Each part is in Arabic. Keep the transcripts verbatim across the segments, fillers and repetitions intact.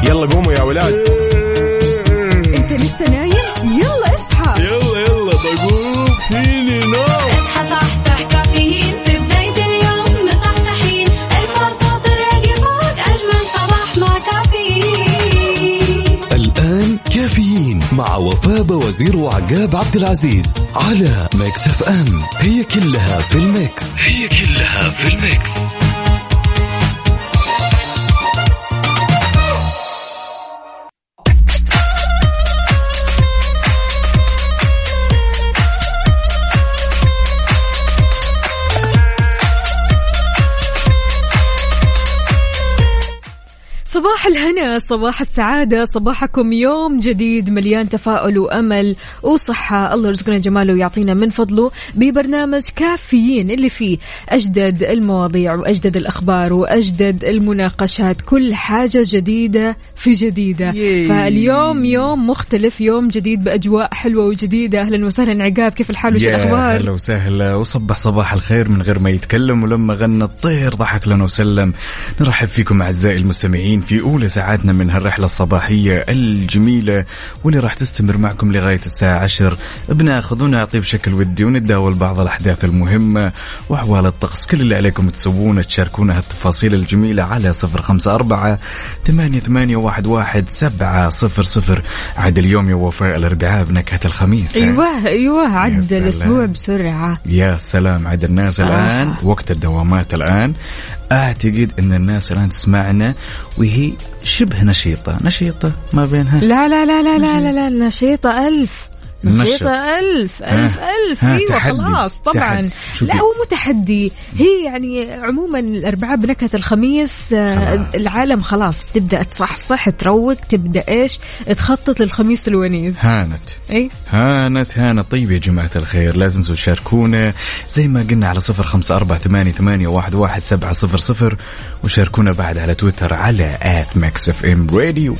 يلا قوموا يا ولاد. انت لسه نايم؟ يلا اصحى. يلا يلا بقوم فيني نوم. اصحى صحصح كافيين في بداية اليوم مصحصحين. الفرصة تراقي فوق أجمل صباح مع كافيين. الآن كافيين مع وفاء بوزير وعقاب عبد العزيز على ميكس اف ام. هي كلها في الميكس. هي كلها في الميكس. صباح الهنا، صباح السعادة، صباحكم يوم جديد مليان تفاؤل وأمل وصحة. الله يرزقنا جماله ويعطينا من فضله ببرنامج كافيين اللي فيه أجدد المواضيع وأجدد الأخبار وأجدد المناقشات، كل حاجة جديدة في جديدة. يي. فاليوم يوم مختلف، يوم جديد بأجواء حلوة وجديدة. أهلا وسهلا عقاب، كيف الحال وش الأخبار؟ أهلا وسهلا وصبح صباح الخير من غير ما يتكلم، ولما غنى الطير ضحك لنا وسلم. نرحب فيكم أعزائي المستمعين في أولى ساعاتنا من هالرحلة الصباحية الجميلة واللي راح تستمر معكم لغاية الساعة عشر. بناخذ ونعطي بشكل ودي ونتداول بعض الأحداث المهمة وأحوال الطقس. كل اللي عليكم تسوونه تشاركونا هالتفاصيل الجميلة على صفر خمسة أربعة ثمانية ثمانية واحد واحد سبعة صفر صفر. عاد اليوم يا وفاء الأربعاء بنكهة الخميس. أيوة أيوة عد الأسبوع بسرعة. يا سلام، عاد الناس صراحة. الآن وقت الدوامات الآن. أعتقد أن الناس الآن تسمعنا وهي شبه نشيطة نشيطة ما بينها. لا لا لا لا لا لا, لا نشيطة ألف نشيطة ألف ألف ألف. أيوة خلاص طبعا. لا هو متحدي، هي يعني عموما الأربعاء بنكهة الخميس. خلاص. العالم خلاص تبدأ تصحصح تروق، تبدأ إيش تخطط للخميس الونيس. هانت أي هانت هانت. طيب يا جماعة الخير، لازم تشاركونا زي ما قلنا على صفر خمسة أربعة ثمانية ثمانية واحد واحد سبعة صفر صفر، وشاركونا بعد على تويتر على آت ميكس اف ام راديو.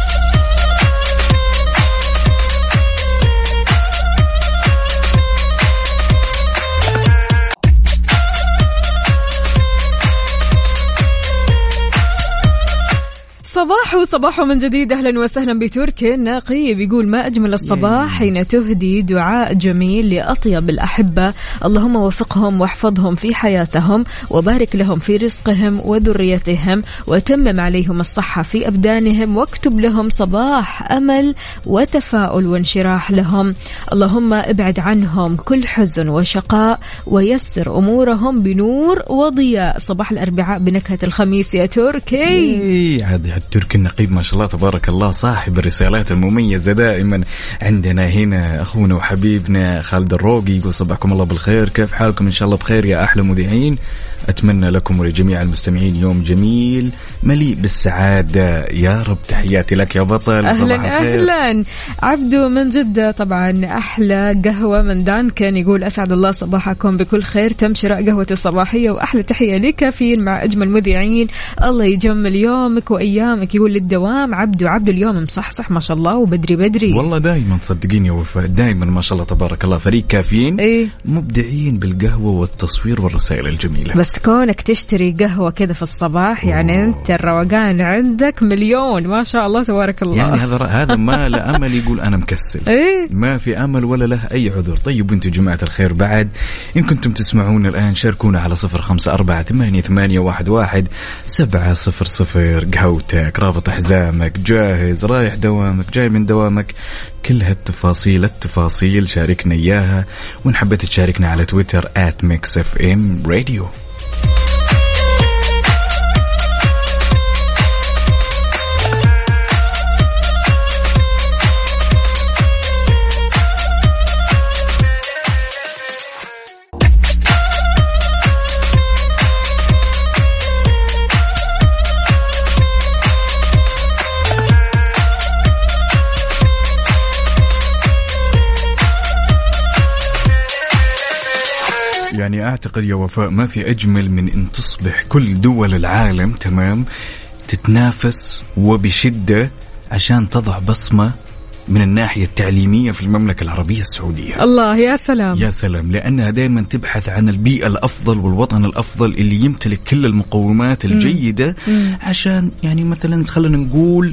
صباح وصباح من جديد. أهلا وسهلا بتركي الناقي، بيقول ما أجمل الصباح حين تهدي دعاء جميل لأطيب الأحبة. اللهم وفقهم واحفظهم في حياتهم وبارك لهم في رزقهم وذريتهم وتمم عليهم الصحة في أبدانهم واكتب لهم صباح أمل وتفاؤل وانشراح لهم. اللهم ابعد عنهم كل حزن وشقاء ويسر أمورهم بنور وضياء. صباح الأربعاء بنكهة الخميس يا تركي. عاد تركي النقيب ما شاء الله تبارك الله، صاحب الرسالات المميزة دائما. عندنا هنا أخونا وحبيبنا خالد الروقي، يقول صباحكم الله بالخير، كيف حالكم؟ إن شاء الله بخير يا أحلى مذيعين. أتمنى لكم ولجميع المستمعين يوم جميل مليء بالسعادة يا رب. تحياتي لك يا بطل. أهلا أهلا. عبدو من جدة طبعا أحلى قهوة من دانكن، يقول أسعد الله صباحكم بكل خير، تم شراء قهوة الصباحية وأحلى تحية لكافيين مع أجمل مذيعين. الله يجمل يومك وأيامك. يقول للدوام عبدو عبدو اليوم مصحصح ما شاء الله وبدري بدري. والله دايما تصدقين يا وفاء، دايما ما شاء الله تبارك الله فريق كافيين. إيه؟ مبدعين بالقهوة والتصوير والرسائل الجميلة. بس كونك تشتري قهوة كده في الصباح يعني أوه. أنت الروقان عندك مليون ما شاء الله تبارك الله. يعني هذا هذا ما له أمل يقول أنا مكسل. إيه؟ ما في أمل ولا له أي عذر. طيب وانتم جماعة الخير بعد إن كنتم تسمعون الآن شاركونا على صفر خمسة أربعة ثمانية ثمانية واحد واحد سبعة صفر صفر. قهوتك، رابط حزامك، جاهز رايح دوامك، جاي من دوامك، كل هالتفاصيل التفاصيل شاركنا إياها. وإن حبيت تشاركنا على تويتر آت ميكس اف ام راديو. يعني أعتقد يا وفاء ما في أجمل من أن تصبح كل دول العالم تمام تتنافس وبشدة عشان تضع بصمة من الناحية التعليمية في المملكة العربية السعودية. الله يا سلام يا سلام، لأنها دائما تبحث عن البيئة الأفضل والوطن الأفضل اللي يمتلك كل المقومات الجيدة مم. عشان يعني مثلا خلينا نقول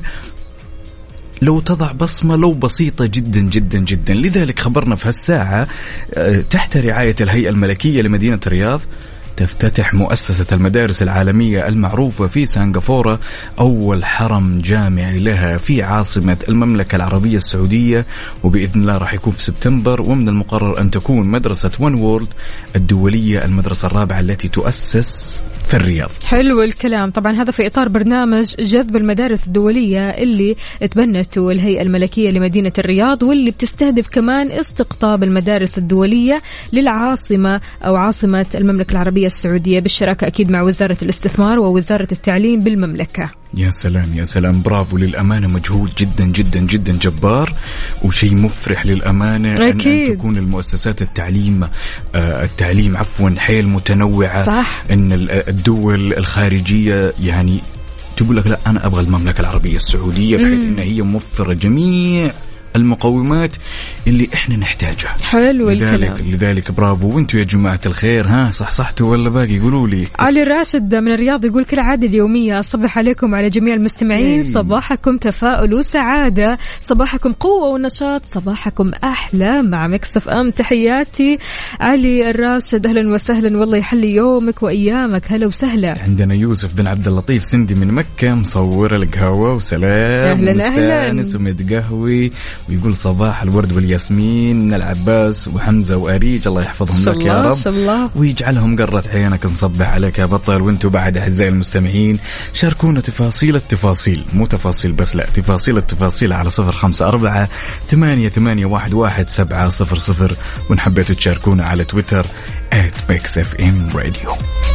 لو تضع بصمة لو بسيطة جدا جدا جدا. لذلك خبرنا في هالساعة تحت رعاية الهيئة الملكية لمدينة الرياض تفتتح مؤسسة المدارس العالمية المعروفة في سنغافورة أول حرم جامعي لها في عاصمة المملكة العربية السعودية، وبإذن الله راح يكون في سبتمبر. ومن المقرر أن تكون مدرسة ون وورلد الدولية المدرسة الرابعة التي تؤسس في الرياض. حلو الكلام. طبعا هذا في إطار برنامج جذب المدارس الدولية اللي تبنته الهيئة الملكية لمدينة الرياض، واللي بتستهدف كمان استقطاب المدارس الدولية للعاصمة أو عاصمة المملكة العربية السعودية بالشراكة أكيد مع وزارة الاستثمار ووزارة التعليم بالمملكة. يا سلام يا سلام، برافو للأمانة، مجهود جدا جدا جدا جبار وشيء مفرح للأمانة أكيد. أن, أن تكون المؤسسات التعليم آه التعليم عفوا حيل متنوعة صح. أن الدول الخارجية يعني تقول لك لا أنا أبغى المملكة العربية السعودية بحيث أن هي موفرة جميع المقومات اللي احنا نحتاجها. حلو لذلك الكلام. لذلك برافو. وانتوا يا جماعة الخير ها صح صحتوا ولا باقي؟ يقولوا لي. علي الراشد من الرياض يقول كالعادة اليومية صبح عليكم على جميع المستمعين، صباحكم تفاؤل وسعادة، صباحكم قوة ونشاط، صباحكم أحلى مع ميكس اف ام. تحياتي علي الراشد، أهلا وسهلا، والله يحلي يومك وأيامك. هلا وسهلا. عندنا يوسف بن عبد اللطيف سندي من مكة مصور القهوة وسلام مستانس ومتقهوي، ويقول صباح الورد والياسمين من العباس وحمزة وأريج، الله يحفظهم لك يا رب ويجعلهم قرة عينك. نصبح عليك يا بطل. وانتوا بعد أعزائي المستمعين شاركونا تفاصيل التفاصيل، مو تفاصيل بس لا تفاصيل التفاصيل على صفر خمسة أربعة ثمانية ثمانية واحد واحد سبعة صفر صفر، ونحبيتوا تشاركونا على تويتر آت ميكس اف ام راديو.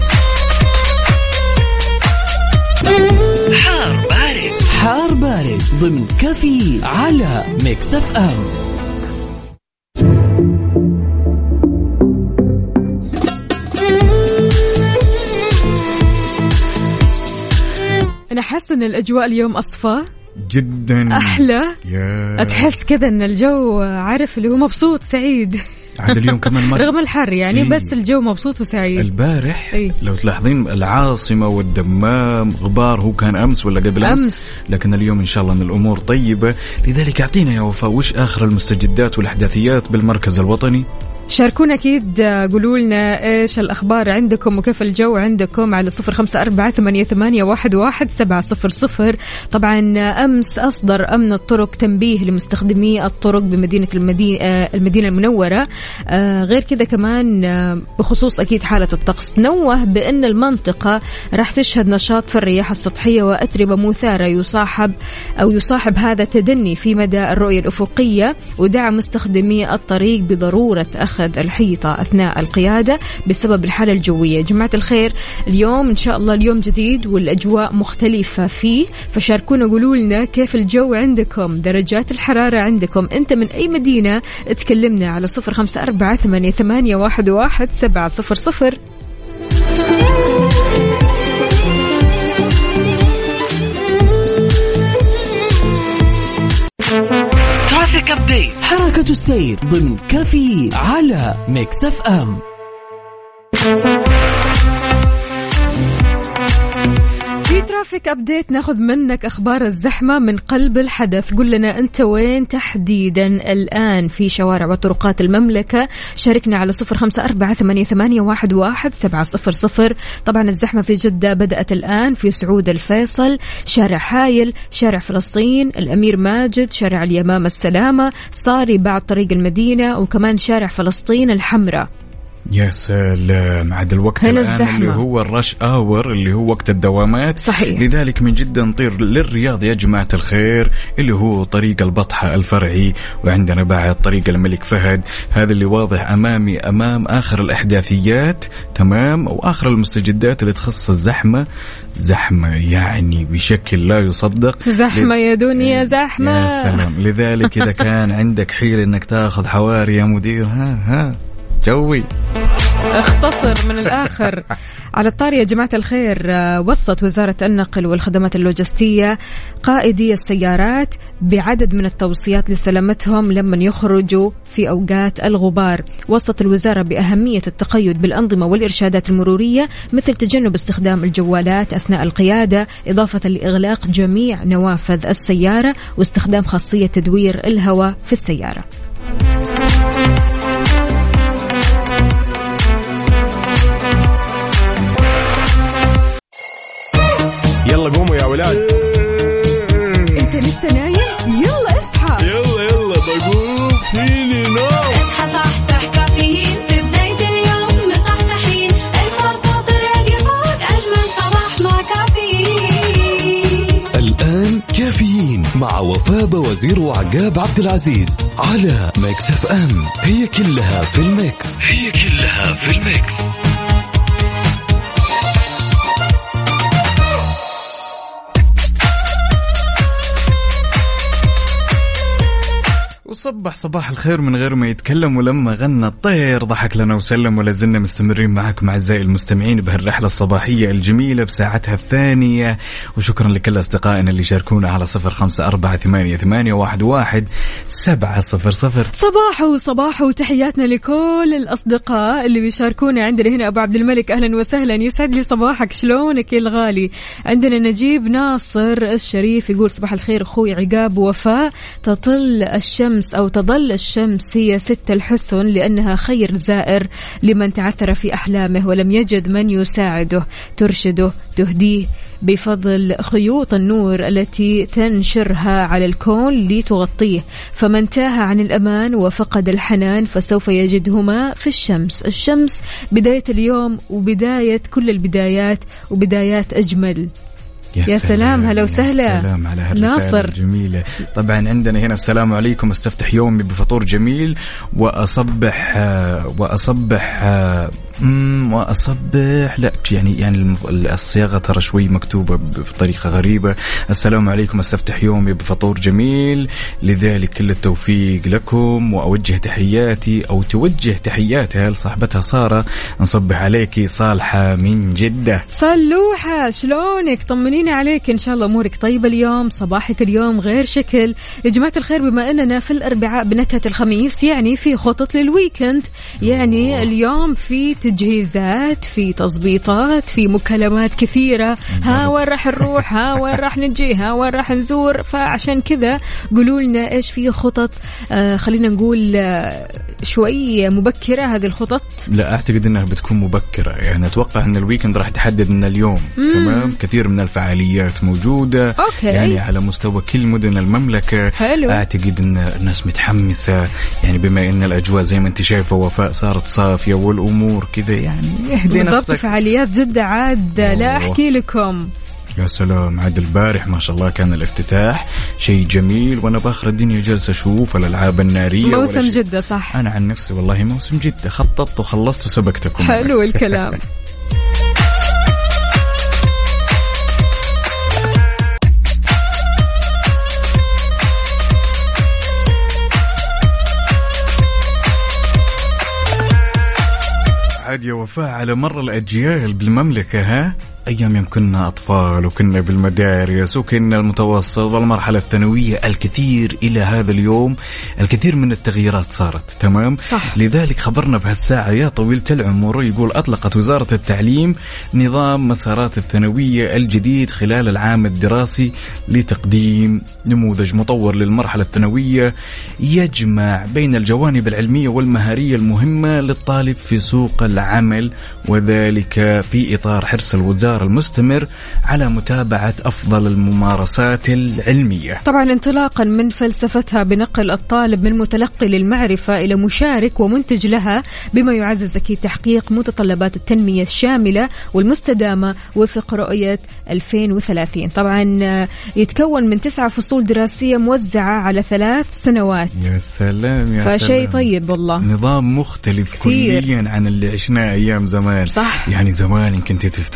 حار بارد حار بارد ضمن كفي على ميكس اف ام. أنا حاسة إن الأجواء اليوم أصفى جدا أحلى، يا أتحس كذا إن الجو عارف اللي هو مبسوط سعيد عاد اليوم كمان مرة. رغم الحر يعني إيه؟ بس الجو مبسوط وسعيد. البارح إيه؟ لو تلاحظين العاصمة والدمام غبار، هو كان أمس ولا قبل أمس, أمس. لكن اليوم إن شاء الله أن الأمور طيبة. لذلك أعطينا يا وفاء وش آخر المستجدات والأحداثيات بالمركز الوطني؟ شاركونا أكيد، قولوا لنا إيش الأخبار عندكم وكيف الجو عندكم على صفر خمسة أربعة ثمانية ثمانية واحد واحد سبعة صفر صفر. طبعا أمس أصدر أمن الطرق تنبيه لمستخدمي الطرق بمدينة المدينة, المدينة المنورة. غير كذا كمان بخصوص أكيد حالة الطقس، نوه بأن المنطقة راح تشهد نشاط في الرياح السطحية وأتربة مثارة يصاحب أو يصاحب هذا تدني في مدى الرؤية الأفقية، ودعا مستخدمي الطريق بضرورة أخذ الحيطة أثناء القيادة بسبب الحالة الجوية. جماعة الخير اليوم إن شاء الله اليوم جديد والأجواء مختلفة فيه، فشاركونا قولوا لنا كيف الجو عندكم، درجات الحرارة عندكم، أنت من أي مدينة؟ تكلمنا على صفر خمسة أربعة ثمانية ثمانية واحد واحد سبعة صفر صفر. ترافيك أبديت، حركة السير ضمن كفي على ميكس اف ام. في ترافيك أبديت ناخذ منك أخبار الزحمة من قلب الحدث. قل لنا أنت وين تحديدا الآن في شوارع وطرقات المملكة، شاركنا على صفر خمسة أربعة ثمانية ثمانية واحد واحد سبعة صفر صفر. طبعا الزحمة في جدة بدأت الآن في سعود الفيصل، شارع حايل، شارع فلسطين، الأمير ماجد، شارع اليمامة السلامة، صاري بعد طريق المدينة، وكمان شارع فلسطين الحمراء. يا سلام، عاد الوقت الآن الزحمة. اللي هو الرش آور اللي هو وقت الدوامات صحيح. لذلك من جدا نطير للرياض يا جماعة الخير اللي هو طريق البطحة الفرعي، وعندنا بعد طريق الملك فهد، هذا اللي واضح أمامي أمام آخر الأحداثيات تمام وآخر المستجدات اللي تخص الزحمة. زحمة يعني بشكل لا يصدق، زحمة ل... يا دنيا زحمة يا سلام. لذلك إذا كان عندك حيل إنك تأخذ حواري يا مدير ها ها جوي اختصر من الآخر. على الطاري يا جماعة الخير، وصت وزارة النقل والخدمات اللوجستية قائدي السيارات بعدد من التوصيات لسلامتهم لمن يخرجوا في أوقات الغبار. وصت الوزارة بأهمية التقيد بالأنظمة والإرشادات المرورية، مثل تجنب استخدام الجوالات أثناء القيادة، إضافة لإغلاق جميع نوافذ السيارة، واستخدام خاصية تدوير الهواء في السيارة. يلا قوموا يا ولاد. انت لسه نايم؟ يلا اصحى. يلا يلا بقوم فيني نوم. اصحى صحصح كافيين في بداية اليوم مصحصحين، الفرصة تراقي فوق أجمل صباح مع كافيين. الآن كافيين مع وفاء وزير وعقاب عبد العزيز على ميكس اف ام. هي كلها في الميكس. هي كلها في الميكس. وصبح صباح الخير من غير ما يتكلم، ولما غنى الطير ضحك لنا وسلم. ولا زلنا مستمرين معكم أعزائي المستمعين بهالرحلة الصباحية الجميلة بساعتها الثانية. وشكرا لكل أصدقائنا اللي شاركونا على صفر خمسة أربعة ثمانية ثمانية واحد واحد سبعة صفر صفر. صباح وصباح وتحياتنا لكل الأصدقاء اللي بيشاركونا. عندنا هنا أبو عبد الملك، أهلا وسهلا، يسعد لي صباحك، شلونك يا الغالي؟ عندنا نجيب ناصر الشريف يقول صباح الخير أخوي عقاب وفاء، تطل الشمس أو تظل الشمس هي ست الحسن لأنها خير زائر لمن تعثر في أحلامه ولم يجد من يساعده، ترشده، تهديه بفضل خيوط النور التي تنشرها على الكون لتغطيه. فمن تاه عن الأمان وفقد الحنان فسوف يجدهما في الشمس. الشمس بداية اليوم وبداية كل البدايات وبدايات أجمل. يا, يا سلام، هلا وسهلا. سلام على ناصر جميلة. طبعا عندنا هنا السلام عليكم، استفتح يومي بفطور جميل وأصبح وأصبح امم واصبح لا يعني يعني الصياغه ترى شوي مكتوبه بطريقه غريبه. السلام عليكم، استفتح يومي بفطور جميل، لذلك كل التوفيق لكم. واوجه تحياتي او توجه تحياتها لصاحبتها ساره، نصبح عليكي صالحه من جده. صلوحه، شلونك؟ طمنينا عليك، ان شاء الله امورك طيبه اليوم، صباحك اليوم غير شكل. يا جماعه الخير، بما اننا في الاربعاء بنكهه الخميس، يعني في خطط للويكند، يعني أوه. اليوم في تجهيزات، في تظبيطات، في مكالمات كثيرة، ها وين راح نروح، ها وين راح نجي، ها وين راح نزور. فعشان كذا قولوا لنا إيش في خطط، آه خلينا نقول آه شوي مبكرة هذه الخطط. لا أعتقد أنها بتكون مبكرة، يعني أتوقع أن الويكند راح تحدد من اليوم. مم. تمام، كثير من الفعاليات موجودة. أوكي. يعني على مستوى كل مدن المملكة. حلو. أعتقد أن الناس متحمسة، يعني بما أن الأجواء زي ما أنت شايفة وفاء صارت صافية والأمور كذا، يعني اهدي نفسك. بالضبط، فعاليات جدة عاد لا أحكي لكم. يا سلام، عاد البارح ما شاء الله كان الافتتاح شيء جميل، وانا باخر الدنيا جالسه اشوف الالعاب الناريه. موسم جده صح. انا عن نفسي والله موسم جده خططت وخلصت وسبقتكم. حلو الكلام. عاد يا وفاء، على مر الأجيال بالمملكة، ها أيام يوم كنا أطفال وكنا بالمدارس وكنا المتوسط والمرحلة الثانوية، الكثير إلى هذا اليوم الكثير من التغييرات صارت. تمام صح. لذلك خبرنا بهالساعة يا طويلة العمر يقول أطلقت وزارة التعليم نظام مسارات الثانوية الجديد خلال العام الدراسي لتقديم نموذج مطور للمرحلة الثانوية يجمع بين الجوانب العلمية والمهارية المهمة للطالب في سوق العمل، وذلك في إطار حرص الوزارة المستمر على متابعة أفضل الممارسات العلمية. طبعا انطلاقا من فلسفتها بنقل الطالب من متلقي للمعرفة إلى مشارك ومنتج لها، بما يعزز أكيد تحقيق متطلبات التنمية الشاملة والمستدامة وفق رؤية ألفين وثلاثين. طبعا يتكون من تسعة فصول دراسية موزعة على ثلاث سنوات. يا سلام يا فشي سلام. طيب والله، نظام مختلف كثير. كليا عن اللي عشناه أيام زمان. صح. يعني زمان كنت تفتكرين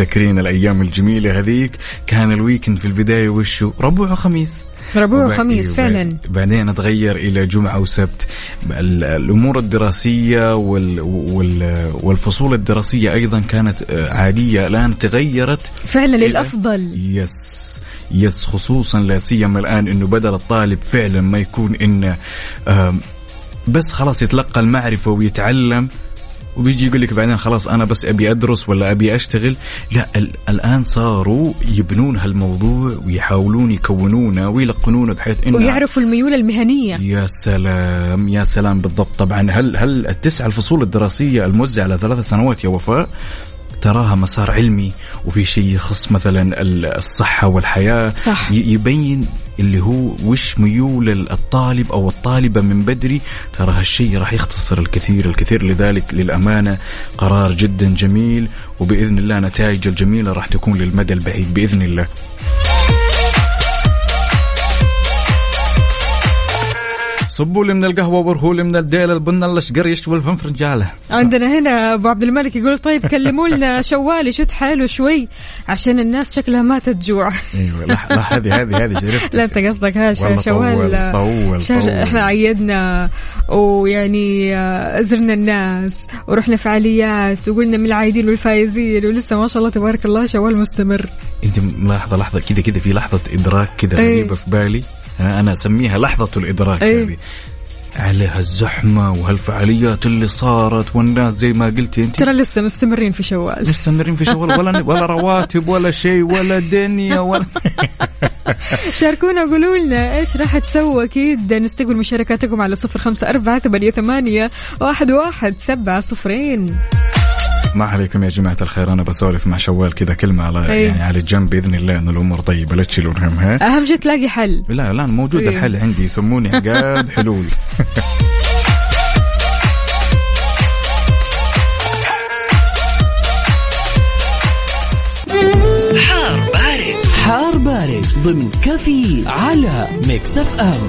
الأيام الجميلة هذيك كان الويكند في البداية وشو ربوع وخميس ربوع وخميس فعلا. بعدين تغير إلى جمعة وسبت. الأمور الدراسية وال وال والفصول الدراسية أيضا كانت عادية، الآن تغيرت فعلا للأفضل. يس يس خصوصا لا سيما الآن إنه بدل الطالب فعلا ما يكون إنه بس خلاص يتلقى المعرفة ويتعلم وبيجي يقول لك بعدين خلاص أنا بس أبي أدرس ولا أبي أشتغل. لا الآن صاروا يبنون هالموضوع ويحاولون يكونونه ويلقنونه بحيث إنه ويعرفوا الميول المهنية. يا سلام يا سلام بالضبط. طبعا هل هل التسع الفصول الدراسية الموزعة على ثلاث سنوات يا وفاء تراها مسار علمي وفي شيء يخص مثلا الصحة والحياة صح. يبين اللي هو وش ميول الطالب أو الطالبة من بدري. ترى هالشيء راح يختصر الكثير الكثير. لذلك للأمانة قرار جدا جميل وبإذن الله نتائج الجميلة راح تكون للمدى البعيد بإذن الله. صبوا لي من القهوة وبرهوا لي من الديل البن الأشقر يشتوي الفم فرنجاله. عندنا هنا أبو عبد الملك يقول طيب كلموا لنا شوالي شو تحاله شوي عشان الناس شكلها ما تتجوع. أيوة لا لا هذه هذه هذه شرفت. لا أنت قصدك ها شوال. طول طول. إحنا عيدنا ويعني زرنا الناس ورحنا فعاليات وقلنا من العايدين والفايزين ولسه ما شاء الله تبارك الله شوال مستمر. أنت ملاحظة لحظة كده كده في لحظة إدراك كده غريبة في بالي. أنا أسميها لحظة الإدراك. أيه. هذه عليها الزحمة وهالفعاليات اللي صارت والناس زي ما قلتي أنت ترى لسه مستمرين في شوال. مستمرين في شوال ولا ولا رواتب ولا شيء ولا دنيا ولا. شاركونا وقولوا لنا إيش راح تسوي. أكيد نستقبل مشاركاتكم على صفر خمسة أربعة ثمانية ثمانية واحد واحد سبعة صفرين. ما عليكم يا جماعة الخير، أنا بسولف مع شوال كذا كلمة على أيه. يعني على الجنب بإذن الله إنه الأمور طيبة لا تشيلون همها. أهم شيء تلاقي حل. لا لا موجود. أيه. الحل عندي يسموني عقاب حلول. حار بارد حار بارد ضمن كفي على ميكس اف ام.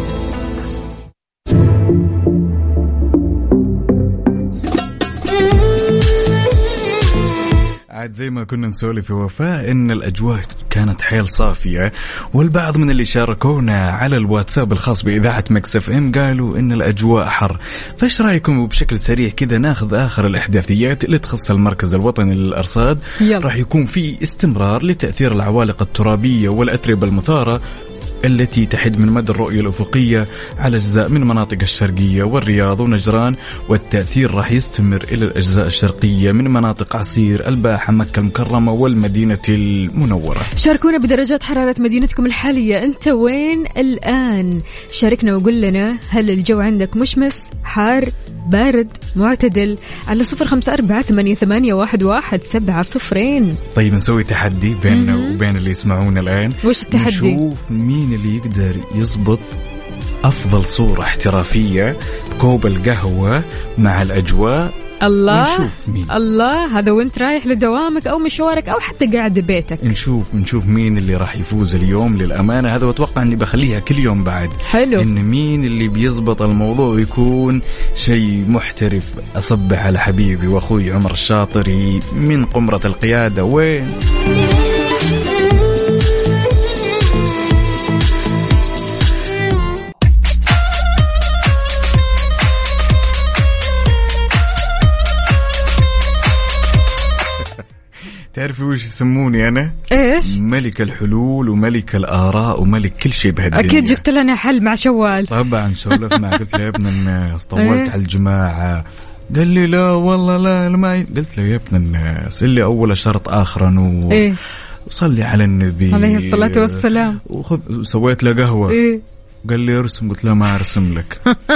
عاد زي ما كنا نسولف في وفاء إن الأجواء كانت حيل صافية، والبعض من اللي شاركونا على الواتساب الخاص بإذاعة ميكس اف ام قالوا إن الأجواء حر. فايش رأيكم بشكل سريع كذا ناخذ آخر الإحداثيات اللي تخص المركز الوطني للأرصاد؟ راح يكون في استمرار لتأثير العوالق الترابية والأتربة المثارة التي تحد من مدى الرؤية الأفقية على أجزاء من مناطق الشرقية والرياض ونجران، والتأثير راح يستمر إلى الأجزاء الشرقية من مناطق عسير، الباحة، مكة المكرمة والمدينة المنورة. شاركونا بدرجات حرارة مدينتكم الحالية، أنت وين الآن؟ شاركنا وقول لنا هل الجو عندك مشمس، حار، بارد، معتدل؟ على صفر خمسة أربعة ثمانية ثمانية واحد واحد سبعة صفرين. طيب نسوي تحدي بيننا وبين اللي يسمعونا الآن. وش التحدي؟ نشوف مين اللي يقدر يزبط أفضل صورة احترافية بكوب القهوة مع الأجواء. الله نشوف مين. الله، هذا وانت رايح لدوامك أو مشوارك أو حتى قاعد ببيتك. نشوف نشوف مين اللي راح يفوز اليوم للأمانة. هذا وأتوقع أني بخليها كل يوم بعد. حلو. إن مين اللي بيزبط الموضوع ويكون شيء محترف. أصبح على حبيبي وأخوي عمر الشاطري من قمرة القيادة. وين تعرفي وش يسموني أنا؟ إيش؟ ملك الحلول وملك الآراء وملك كل شيء بهالدنيا. أكيد جبت لنا حل مع شوال. طبعا سولف مع قلت له يا ابن الناس طولت على الجماعة. قال لي لا والله لا ما. قلت له يا ابن الناس اللي أول شرط آخر نور. إيه؟ وصلي على النبي عليه الصلاة والسلام. وخذ سويت له قهوة. إيه؟ قال لي ارسم. قلت له ما أرسم لك.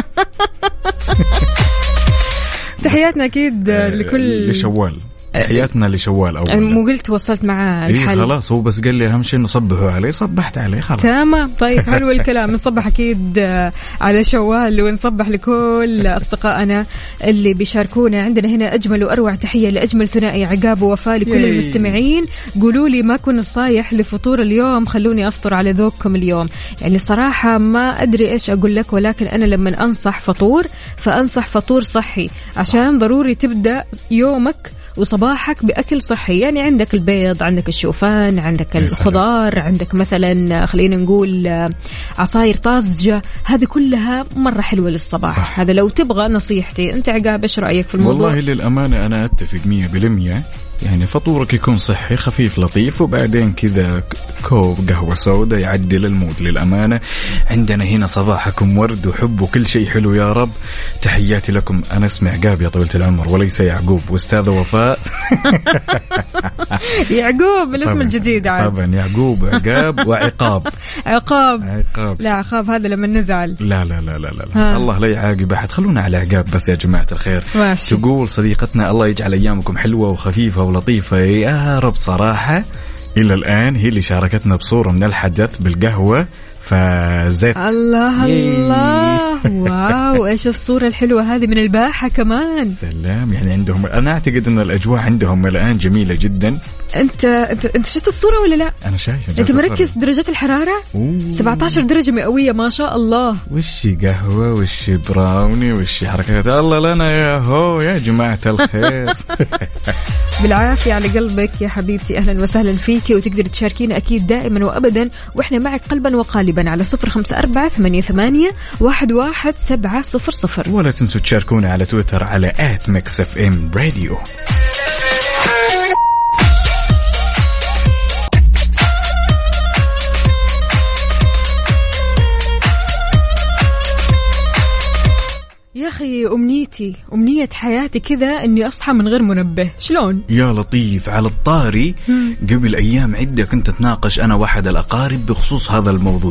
تحياتنا أكيد لكل لشوال. حياتنا لشوال أولا. مو قلت وصلت معاه الحل. إيه خلاص هو بس قال لي أهم شيء نصبحه عليه. صبحت عليه خلاص تمام. طيب حلو الكلام. نصبح أكيد على شوال ونصبح لكل أصدقائنا اللي بيشاركونا. عندنا هنا أجمل وأروع تحية لأجمل ثنائي عقاب ووفاء لكل ياي. المستمعين قولوا لي ما كنت صايح لفطور اليوم، خلوني أفطر على ذوقكم اليوم. يعني صراحة ما أدري إيش أقول لك، ولكن أنا لما أنصح فطور فأنصح فطور صحي عشان ضروري تبدأ يومك وصباحك بأكل صحي. يعني عندك البيض، عندك الشوفان، عندك الخضار، عندك مثلا خلينا نقول عصاير طازجة، هذه كلها مرة حلوة للصباح. صح. هذا لو تبغى نصيحتي. أنت عقاب إيش رأيك في الموضوع؟ والله للأمانة أنا أتفق مية بالمية. يعني فطورك يكون صحي خفيف لطيف، وبعدين كذا كوب قهوة سوداء يعدل المود. للأمانة عندنا هنا صباحكم ورد وحب وكل شيء حلو يا رب. تحياتي لكم. أنا اسمي عقاب يا طويلة العمر وليس يعقوب. وأستاذة وفاء يعقوب الاسم الجديد عاد. طبعا يعقوب عقاب وعقاب. عقاب. عقاب لا عقاب هذا لما نزعل. لا لا لا لا, لا. لا. الله لا يعاقب أحد. خلونا على عقاب بس يا جماعة الخير. ماشي. تقول صديقتنا الله يجعل أيامكم حلوة وخفيفة ولطيفة يا رب. صراحة إلى الآن هي اللي شاركتنا بصورة من الحدث بالقهوة فزيت. الله الله واو ايش الصورة الحلوة هذه من الباحة كمان. سلام. يعني عندهم أنا أعتقد أن الأجواء عندهم الآن جميلة جدا. أنت أنت, انت شفت الصورة ولا لا؟ أنا شايف. أنت مركز درجات الحرارة؟ أوه. سبعة عشر درجة مئوية ما شاء الله. وش قهوة وش براوني وش حركات الله لنا يا هو يا جماعة الخير. بالعافية على قلبك يا حبيبتي. أهلا وسهلا فيكي. وتقدر تشاركينا أكيد دائما وأبدا وإحنا معك قلبا وقالبا على صفر خمسة أربعة ثمانية ثمانية واحد واحد سبعة صفر صفر. ولا تنسوا تشاركونا على تويتر على آت ميكس اف ام راديو. يا أخي أمنيتي أمنية حياتي كذا أني أصحى من غير منبه. شلون؟ يا لطيف. على الطاري قبل أيام عدة كنت أتناقش أنا واحد الأقارب بخصوص هذا الموضوع.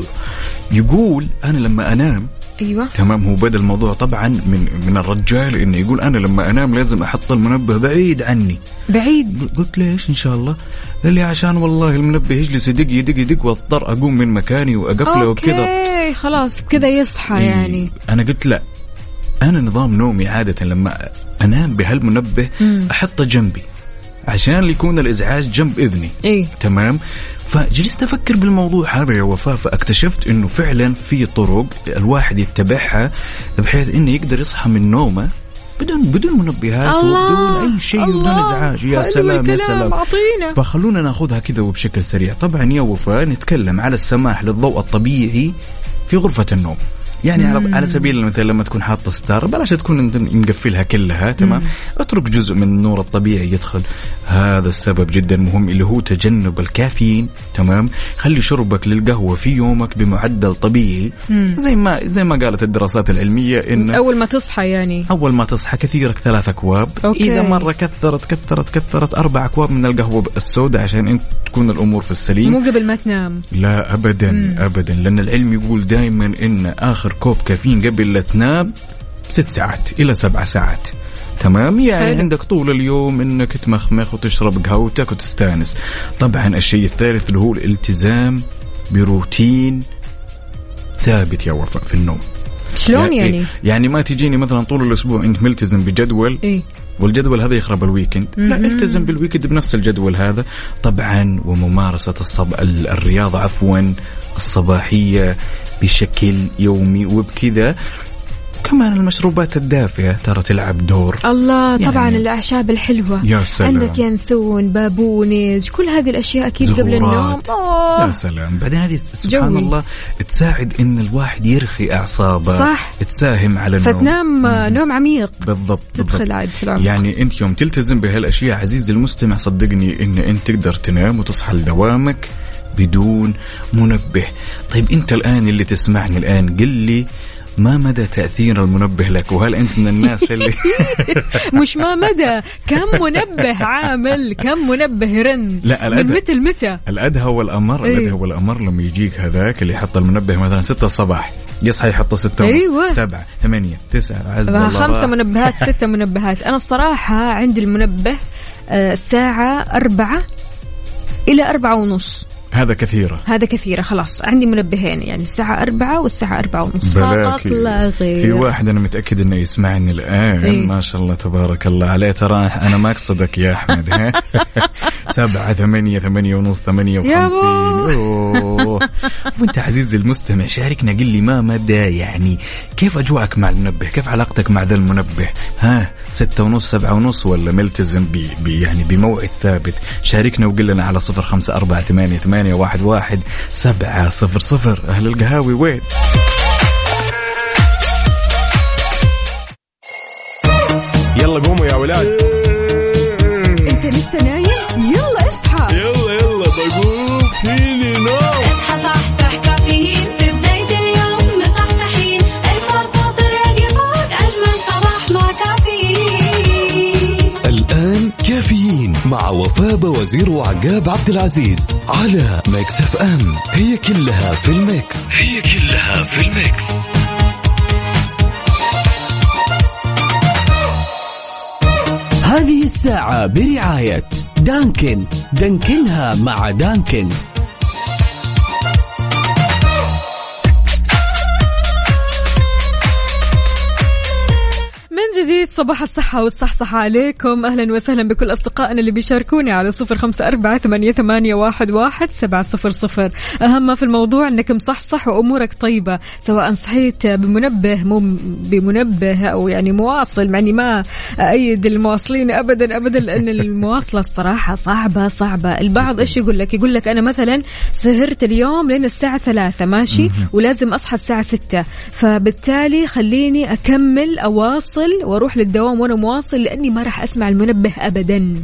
يقول أنا لما أنام أيوة. تمام. هو بدأ الموضوع طبعا من من الرجال إنه يقول أنا لما أنام لازم أحط المنبه بعيد عني. بعيد. قلت ليش إن شاء الله؟ قال لي عشان والله المنبه يجلس يدق يدق يدق واضطر أقوم من مكاني وأقفله وكذا. أوكي خلاص كذا يصحى يعني. أنا قلت لا، أنا نظام نومي عادة لما أنام بهالمنبه أحطه جنبي عشان يكون الإزعاج جنب إذني. إيه؟ تمام. فجلست أفكر بالموضوع هذا يا وفاء، فاكتشفت إنه فعلا في طرق الواحد يتبعها بحيث إنه يقدر يصحى من نومه بدون بدون منبهات وبدون أي شيء وبدون إزعاج. يا سلام يا سلام. عطينا. فخلونا نأخذها كذا وبشكل سريع. طبعا يا وفاء نتكلم على السماح للضوء الطبيعي في غرفة النوم. يعني على على سبيل المثال لما تكون حاطة ستار بلاش تكون انت مقفلها كلها. تمام. اترك جزء من النور الطبيعي يدخل. هذا السبب جدا مهم اللي هو تجنب الكافيين. تمام. خلي شربك للقهوة في يومك بمعدل طبيعي. مم. زي ما زي ما قالت الدراسات العلمية إن أول ما تصحى يعني أول ما تصحى كثيرك ثلاث أكواب. أوكي. إذا مرة كثرت كثرت كثرت أربع أكواب من القهوة السوداء عشان أنت تكون الأمور في السليم. مو قبل ما تنام. لا أبدا. مم. أبدا. لأن العلم يقول دائما إن آخر كوب كافيين قبل لا تنام ست ساعات إلى سبع ساعات. تمام. يعني حلو. عندك طول اليوم إنك تمخمخ وتشرب قهوتك وتستانس. طبعا الشيء الثالث اللي هو الالتزام بروتين ثابت يا وفاء في النوم. شلون يعني؟ يعني, يعني ما تجيني مثلا طول الأسبوع أنت ملتزم بجدول. إيه؟ والجدول هذا يخرب الويكند. لا، التزم بالويكند بنفس الجدول هذا. طبعا وممارسة الصب... الرياضة عفوا الصباحية بشكل يومي. وبكذا كمان المشروبات الدافئة ترى تلعب دور. الله. طبعا يعني الأعشاب الحلوة. يا سلام. عندك ينسون بابونج كل هذه الأشياء أكيد قبل النوم. أوه. يا سلام. بعدين هذه سبحان جوي. الله تساعد إن الواحد يرخي أعصابه. صح. تساهم على النوم فتنام مم. نوم عميق. بالضبط. تدخل عاد في العمق. يعني أنت يوم تلتزم بهالأشياء عزيزي المستمع صدقني إن أنت تقدر تنام وتصحى لدوامك بدون منبه. طيب أنت الآن اللي تسمعني الآن قل لي ما مدى تأثير المنبه لك؟ وهل أنت من الناس اللي مش ما مدى كم منبه عامل كم منبه يرن لا من متى لمتى؟ الأدهى والأمر. الأدهى والأمر لما يجيك هذاك اللي يحط المنبه مثلا ستة الصباح يصحى يحط ستة ونص. أيوة. سبعة ثمانية تسعة عز الله خمسة منبهات ستة منبهات. أنا الصراحة عندي المنبه الساعة أربعة إلى أربعة ونص. هذا كثيرة هذا كثيرة. خلاص عندي منبهين، يعني الساعة أربعة والساعة أربعة ونص فقط لا غير. في واحد أنا متأكد إنه يسمعني الآن. إيه؟ ما شاء الله تبارك الله عليه. ترى أنا ما أقصدك يا أحمد. ها سبعة ثمانية ثمانية ونص ثمانية وخمسين. وأنت عزيزي المستمع شاركنا، قل لي ما مدى يعني كيف أجواءك مع المنبه، كيف علاقتك مع ذا المنبه؟ ها ستة ونص سبعة ونص ولا ملتزم بي بي يعني بموعد ثابت؟ شاركنا وقل لنا على صفر خمسة أربعة ثمانية ثمانية واحد واحد سبعة صفر صفر. أهل القهاوي وين؟ يلا قوموا يا ولاد. انت لسه نايم؟ يلا اصحى. يلا يلا بقوم فيني نوم. اصحى صحصح كافيين في بداية اليوم مصحصحين، الفرصة تراقي فوق أجمل صباح مع كافيين. الآن كافيين مع وفاء وزير وعقاب عبد العزيز على ميكس اف ام. هي كلها في الميكس. هي كلها في الميكس. هذه الساعة برعاية دانكن. دانكنها مع دانكن. من جديد صباح الصحة والصحصحة عليكم. أهلا وسهلا بكل أصدقائنا اللي بيشاركوني على صفر خمسة أربعة ثمانية ثمانية واحد واحد سبعة صفر صفر. أهم ما في الموضوع أنك مصحصح وأمورك طيبة، سواء صحيت بمنبه مو بمنبه أو يعني مواصل، معني ما أيد المواصلين أبدا أبدا، لأن المواصلة الصراحة صعبة صعبة. البعض إيش يقول لك؟ يقول لك أنا مثلا سهرت اليوم لين الساعة ثلاثة ماشي ولازم أصحى الساعة ستة، فبالتالي خليني أكمل أواصل واروح للدوام وانا مواصل، لاني ما راح اسمع المنبه ابدا.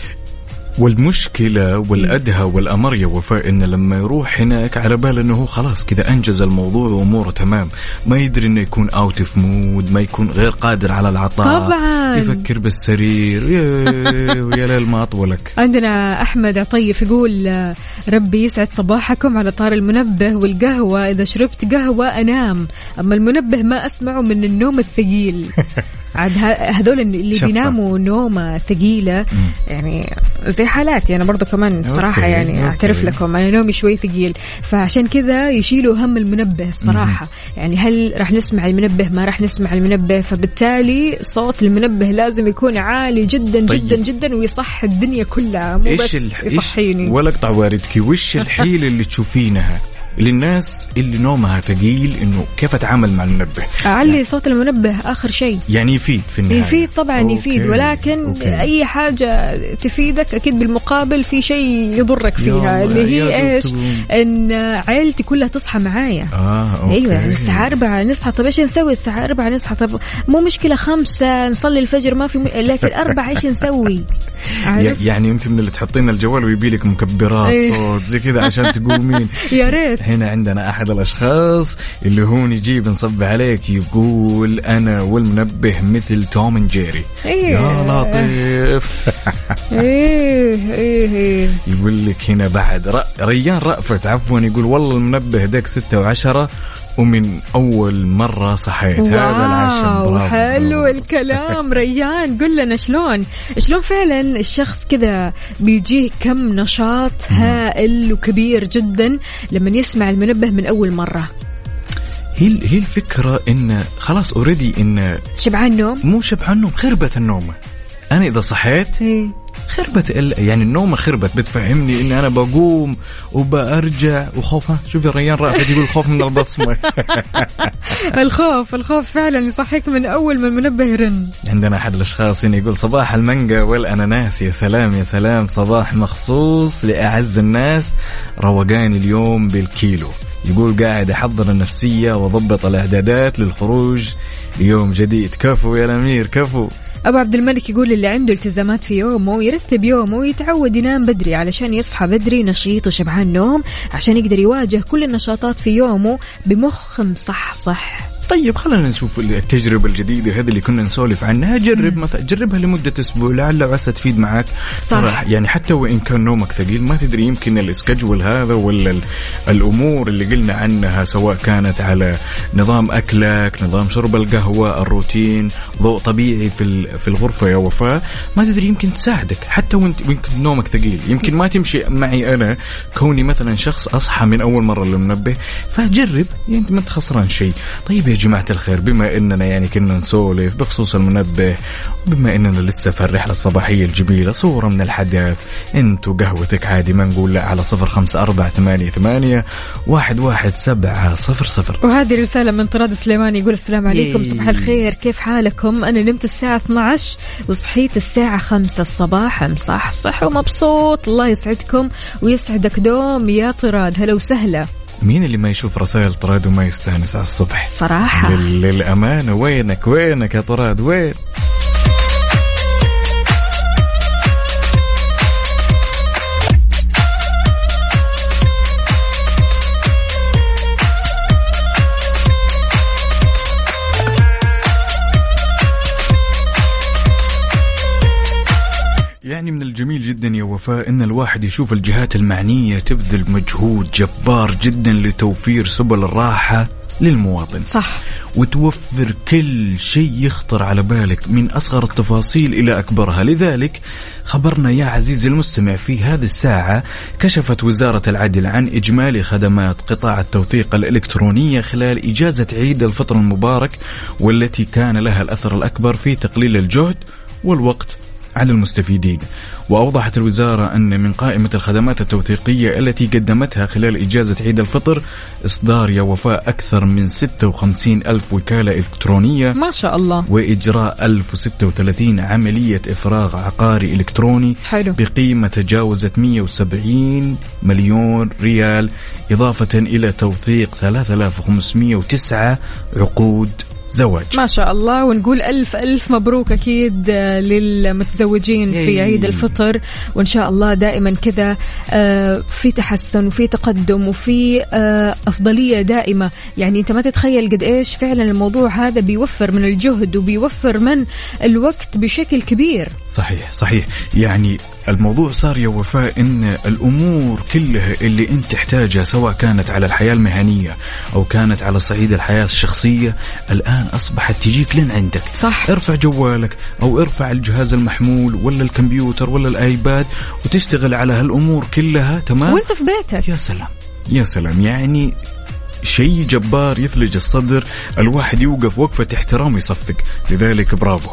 والمشكلة والأدهى والأمر يا وفاء إنه لما يروح هناك على بال إنه هو خلاص كذا أنجز الموضوع وأموره تمام، ما يدري إنه يكون أوت اوف مود، ما يكون غير قادر على العطاء. طبعا يفكر بالسرير ويا ليل ما أطولك. عندنا أحمد عطيف يقول ربي يسعد صباحكم. على طار المنبه والقهوة، إذا شربت قهوة أنام، أما المنبه ما أسمعه من النوم الثقيل. عاد هذول اللي شفة. بيناموا نومة ثقيلة يعني زي حالاتي أنا برضو كمان صراحة. يعني أوكي. أعترف لكم أنا نومي شوي ثقيل، فعشان كذا يشيلوا هم المنبه الصراحة. يعني هل راح نسمع المنبه ما راح نسمع المنبه، فبالتالي صوت المنبه لازم يكون عالي جدا طيب. جدا جدا ويصح الدنيا كلها، مو بس يصحيني. ولا اقطع واردك، وش الحيلة اللي تشوفينها للناس اللي نومها ثقيل انه كيف اتعامل مع المنبه؟ اعلي يعني صوت المنبه اخر شيء. يعني يفيد في النهايه، يفيد طبعا. أوكي. يفيد، ولكن أوكي. اي حاجه تفيدك اكيد بالمقابل في شيء يضرك فيها، اللي هي ايش؟ ان عائلتي كلها تصحى معايا. اه أوكي. ايوه يعني الساعه أربعة نصحى. طب ايش نسوي الساعه أربعة نصحى؟ طب مو مشكله خمسة نصلي الفجر ما في م... لكن أربعة ايش نسوي؟ يعني انت من اللي تحطين الجوال ويبي لك مكبرات صوت زي كذا عشان تقومين. يا ريت. هنا عندنا أحد الأشخاص اللي هو يجيب نصب عليك يقول أنا والمنبه مثل توم اند جيري. إيه. يا لطيف. إيه إيه. يقول لك هنا بعد ريان رأفت عفوا يقول والله المنبه داك ستة وعشرة ومن أول مرة صحيت. هذا العشم. حلو الكلام. ريان قل لنا شلون شلون فعلا الشخص كذا بيجيه كم نشاط هائل وكبير جدا لما يسمع المنبه من أول مرة. هي هي الفكرة إن خلاص أوريدي إن شبعان نوم، مو شبعان نوم، خربت النوم. أنا إذا صحيت إيه؟ خربت يعني النوم خربت. بتفهمني إن أنا بقوم وبأرجع وخوفها. شوفي ريان رأفت يقول خوف من البصمة. الخوف الخوف فعلا يصحيك من أول ما المنبه يرن. عندنا أحد الأشخاص يقول صباح المانجا والأناناس. يا سلام يا سلام، صباح مخصوص لأعز الناس، روقان اليوم بالكيلو. يقول قاعد أحضر النفسية وضبط الإعدادات للخروج ليوم جديد. كفو يا الأمير كفو. أبو عبد الملك يقول اللي عنده التزامات في يومه يرتب يومه ويتعود ينام بدري علشان يصحى بدري نشيط وشبعان نوم، عشان يقدر يواجه كل النشاطات في يومه بمخ مصحصح. طيب خلينا نشوف التجربة الجديدة هذه اللي كنا نسولف عنها. جرب مثلا جربها لمدة أسبوع لعل وعسى تفيد معك. صح. يعني حتى وإن كان نومك ثقيل ما تدري يمكن الاسكجول هذا ولا الأمور اللي قلنا عنها سواء كانت على نظام أكلك، نظام شرب القهوة، الروتين، ضوء طبيعي في في الغرفة يا وفاء، ما تدري يمكن تساعدك حتى وانت يمكن نومك ثقيل. يمكن ما تمشي معي أنا كوني مثلا شخص أصحى من أول مرة للمنبه، فجرب يعني ما تخسران شيء. طيب يا جماعة الخير، بما إننا يعني كنا نسولف بخصوص المنبه، وبما إننا لسه في الرحلة الصباحية الجميلة، صورة من الحدث، انتو قهوتك عادي ما نقول لا على صفر خمسة أربعة ثمانية ثمانية واحد واحد سبعة صفر صفر. وهذه رسالة من طراد سليمان يقول السلام عليكم، صباح الخير، كيف حالكم؟ أنا نمت الساعة اثني عشر وصحيت الساعة خمسة الصباح، مصح صح ومبسوط. الله يسعدكم ويسعدك دوم يا طراد، هلا وسهلا. مين اللي ما يشوف رسائل طراد وما يستانس على الصبح صراحة؟ للأمانة وينك وينك يا طراد وين؟ يعني من الجميل جدا يا وفاء إن الواحد يشوف الجهات المعنية تبذل مجهود جبار جدا لتوفير سبل الراحة للمواطن. صح. وتوفر كل شيء يخطر على بالك من أصغر التفاصيل إلى أكبرها. لذلك خبرنا يا عزيزي المستمع في هذه الساعة كشفت وزارة العدل عن إجمالي خدمات قطاع التوثيق الإلكترونية خلال إجازة عيد الفطر المبارك، والتي كان لها الأثر الأكبر في تقليل الجهد والوقت على المستفيدين. وأوضحت الوزارة أن من قائمة الخدمات التوثيقية التي قدمتها خلال إجازة عيد الفطر إصدار يا وفاء أكثر من ستة وخمسين ألف وكالة إلكترونية ما شاء الله، وإجراء ألف وستة وثلاثين عملية إفراغ عقاري إلكتروني حلو. بقيمة تجاوزت مئة وسبعين مليون ريال، إضافة إلى توثيق ثلاثة آلاف وخمسمئة وتسعة عقود زواج. ما شاء الله. ونقول ألف ألف مبروك أكيد للمتزوجين في عيد الفطر، وإن شاء الله دائما كذا في تحسن وفي تقدم وفي أفضلية دائمة. يعني أنت ما تتخيل قد إيش فعلا الموضوع هذا بيوفر من الجهد وبيوفر من الوقت بشكل كبير. صحيح صحيح. يعني الموضوع صار يا وفاء إن الأمور كلها اللي أنت تحتاجها سواء كانت على الحياة المهنية أو كانت على صعيد الحياة الشخصية الآن أصبحت تجيك لين عندك. صح. ارفع جوالك أو ارفع الجهاز المحمول ولا الكمبيوتر ولا الآيباد وتشتغل على هالأمور كلها تمام وانت في بيتك. يا سلام يا سلام. يعني شيء جبار يثلج الصدر، الواحد يوقف وقفة احترام يصفق. لذلك برافو.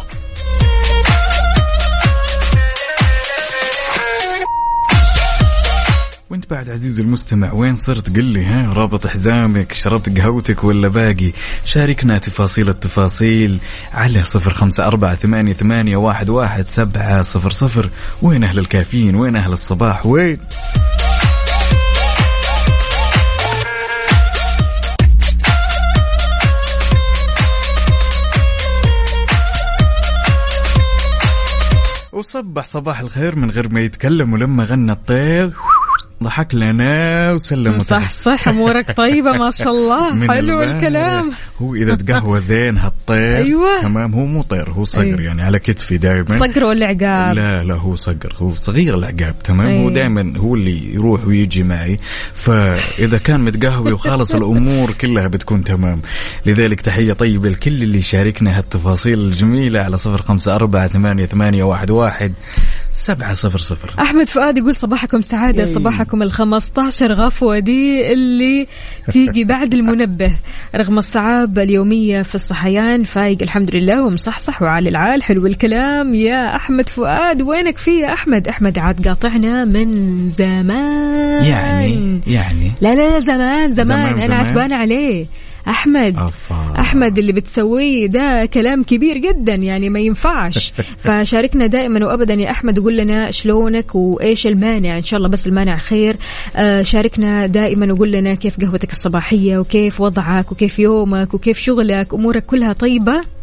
وانت بعد عزيزي المستمع وين صرت؟ قل لي، ها رابط حزامك، شربت قهوتك ولا باقي؟ شاركنا تفاصيل التفاصيل على صفر خمسة أربعة ثمانية ثمانية واحد واحد سبعة صفر صفر. وين أهل الكافيين؟ وين أهل الصباح؟ وين؟ وصبح صباح الخير من غير ما يتكلم، ولما غنى الطير ضحك لنا وسلم. صح صح. أمورك طيبة ما شاء الله. حلو الكلام. هو إذا تقهوى زين هالطير. أيوة. تمام. هو مو طير، هو صقر. أيوة. يعني على كتفي دائما. صقر ولا عقاب؟ لا لا هو صقر، هو صغير العقاب. تمام. أيوة. هو دائما هو اللي يروح ويجي معي، فإذا كان متقهوي وخالص الأمور كلها بتكون تمام. لذلك تحية طيبة لكل اللي شاركنا هالتفاصيل الجميلة على صفر خمسة أربعة ثمانية ثمانية واحد واحد سبعة صفر صفر. أحمد فؤاد يقول صباحكم سعادة. صباحكم الخمستاشر غفوة دي اللي تيجي بعد المنبه رغم الصعاب اليومية في الصحيان، فايق الحمد لله ومصحصح وعلى العال. حلو الكلام يا أحمد فؤاد. وينك فيه يا أحمد؟ أحمد عاد قاطعنا من زمان. يعني يعني لا لا زمان زمان, زمان أنا عتبان عليه أحمد. أفا. أحمد اللي بتسويه ده كلام كبير جدا، يعني ما ينفعش. فشاركنا دائما وأبدا يا أحمد وقول لنا شلونك وإيش المانع. إن شاء الله بس المانع خير. آه شاركنا دائما وقول لنا كيف قهوتك الصباحية وكيف وضعك وكيف يومك وكيف شغلك، أمورك كلها طيبة.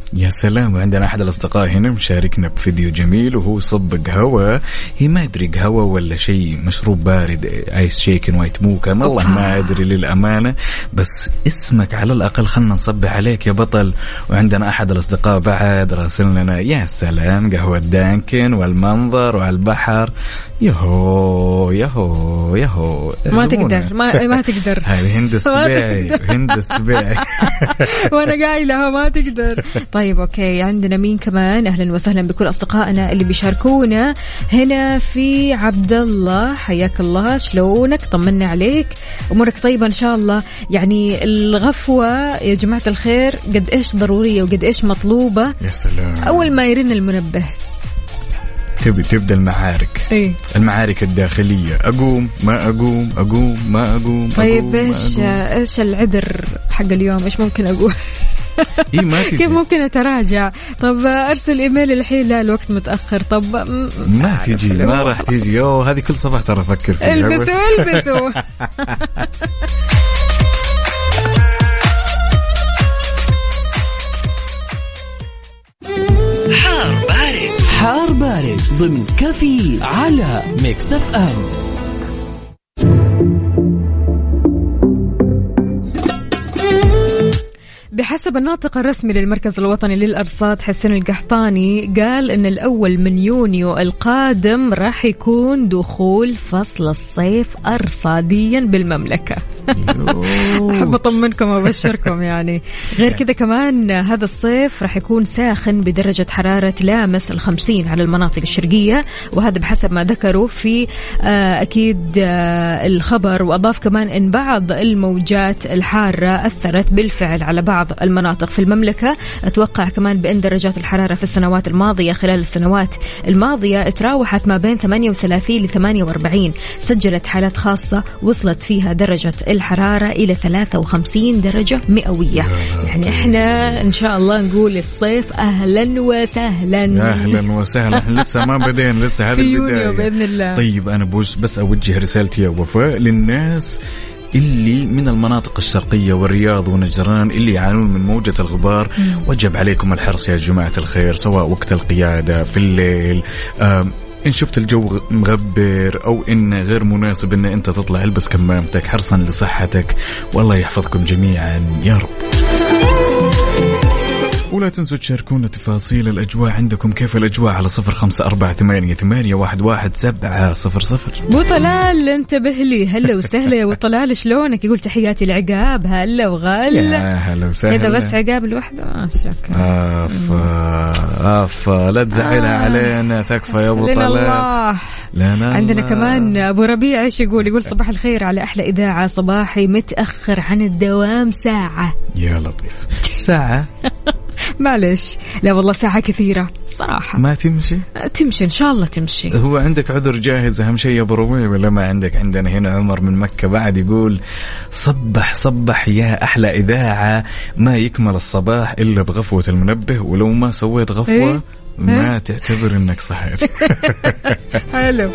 يا سلام. وعندنا أحد الأصدقاء هنا مشاركنا بفيديو جميل وهو صب قهوة، هي ما أدري قهوة ولا شيء مشروب بارد، آيس شيكن وايت موكا، والله ما أدري للأمانة، بس اسمك على الأقل خلنا نصبح عليك يا بطل. وعندنا أحد الأصدقاء بعد راسل لنا يا سلام قهوة دانكن والمنظر وعلى البحر. يهو يهو يهو ما تقدر ما ما تقدر. هذه هند السبيعي، هند السبيعي. وانا قايلها ما تقدر. طيب اوكي، عندنا مين كمان؟ اهلا وسهلا بكل اصدقائنا اللي بيشاركونا هنا. في عبد الله، حياك الله، شلونك؟ طمنا عليك، امورك طيبه ان شاء الله. يعني الغفوه يا جماعه الخير قد ايش ضروريه وقد ايش مطلوبه. يا سلام. اول ما يرن المنبه تبي تبدأ المعارك. إيه؟ المعارك الداخلية، أقوم ما أقوم أقوم ما أقوم. طيب إيش إيش العذر حق اليوم؟ إيش ممكن أقول؟ إيه ما تجي. كيف ممكن أتراجع؟ طب أرسل إيميل الحين، لا الوقت متأخر. طب ما تجي، ما راح تجي. يوه هذه كل صباح ترى أفكر فيها. البسوا البسوا. حار بارد، حار بارد ضمن كفي على ميكس اف ام. بحسب الناطق الرسمي للمركز الوطني للأرصاد حسين القحطاني، قال إن الأول من يونيو القادم راح يكون دخول فصل الصيف أرصاديا بالمملكة. أحب أطمنكم وأبشركم. يعني غير كذا كمان هذا الصيف راح يكون ساخن بدرجة حرارة لامس الخمسين على المناطق الشرقية، وهذا بحسب ما ذكروا في أكيد الخبر. وأضاف كمان إن بعض الموجات الحارة أثرت بالفعل على بعض المناطق في المملكة. أتوقع كمان بأن درجات الحرارة في السنوات الماضية خلال السنوات الماضية تراوحت ما بين ثمانية وثلاثين ل ثمانية وأربعين. سجلت حالات خاصة وصلت فيها درجة الحرارة إلى ثلاثة وخمسين درجة مئوية. يعني إحنا إن شاء الله نقول الصيف أهلا وسهلا. أهلا وسهلا. إحنا لسه ما بدينا، لسه هذه البداية بإذن الله. طيب أنا بوش بس أوجه رسالتي يا وفاء للناس اللي من المناطق الشرقية والرياض ونجران اللي يعانون من موجة الغبار. وجب عليكم الحرص يا جماعة الخير، سواء وقت القيادة في الليل، إن شفت الجو مغبر أو إن غير مناسب إن أنت تطلع، البس كمامتك حرصا لصحتك، والله يحفظكم جميعا يا رب. ولا تنسوا تشاركونا تفاصيل الأجواء عندكم، كيف الأجواء على صفر خمسة أربعة ثمانية ثمانية واحد واحد سبعة صفر صفر. بو طلال انتبه لي، هلا وسهلا يا بو طلال، شلونك؟ يقول تحياتي العقاب، هلا وغلا. يا هلا وسهلا. إذا بس عقاب لوحده ما شكرا. أفا أفا لا تزعلها آه. علينا، تكفى يا بو طلال. الله. لنا عندنا الله. كمان أبو ربيع إيش يقول؟ يقول صباح الخير على أحلى إذاعة، صباحي متأخر عن الدوام ساعة. يا لطيف. ساعة؟ معلش، لا والله ساعة كثيرة صراحة. ما تمشي؟ تمشي إن شاء الله تمشي. هو عندك عذر جاهز أهم شيء يا أبو ربيع ولا ما عندك؟ عندنا هنا عمر من مكة بعد يقول صبح صبح يا أحلى إذاعة، ما يكمل الصباح إلا بغفوة المنبه، ولو ما سويت غفوة إيه؟ ما إيه؟ تعتبر إنك صحيت. حلو.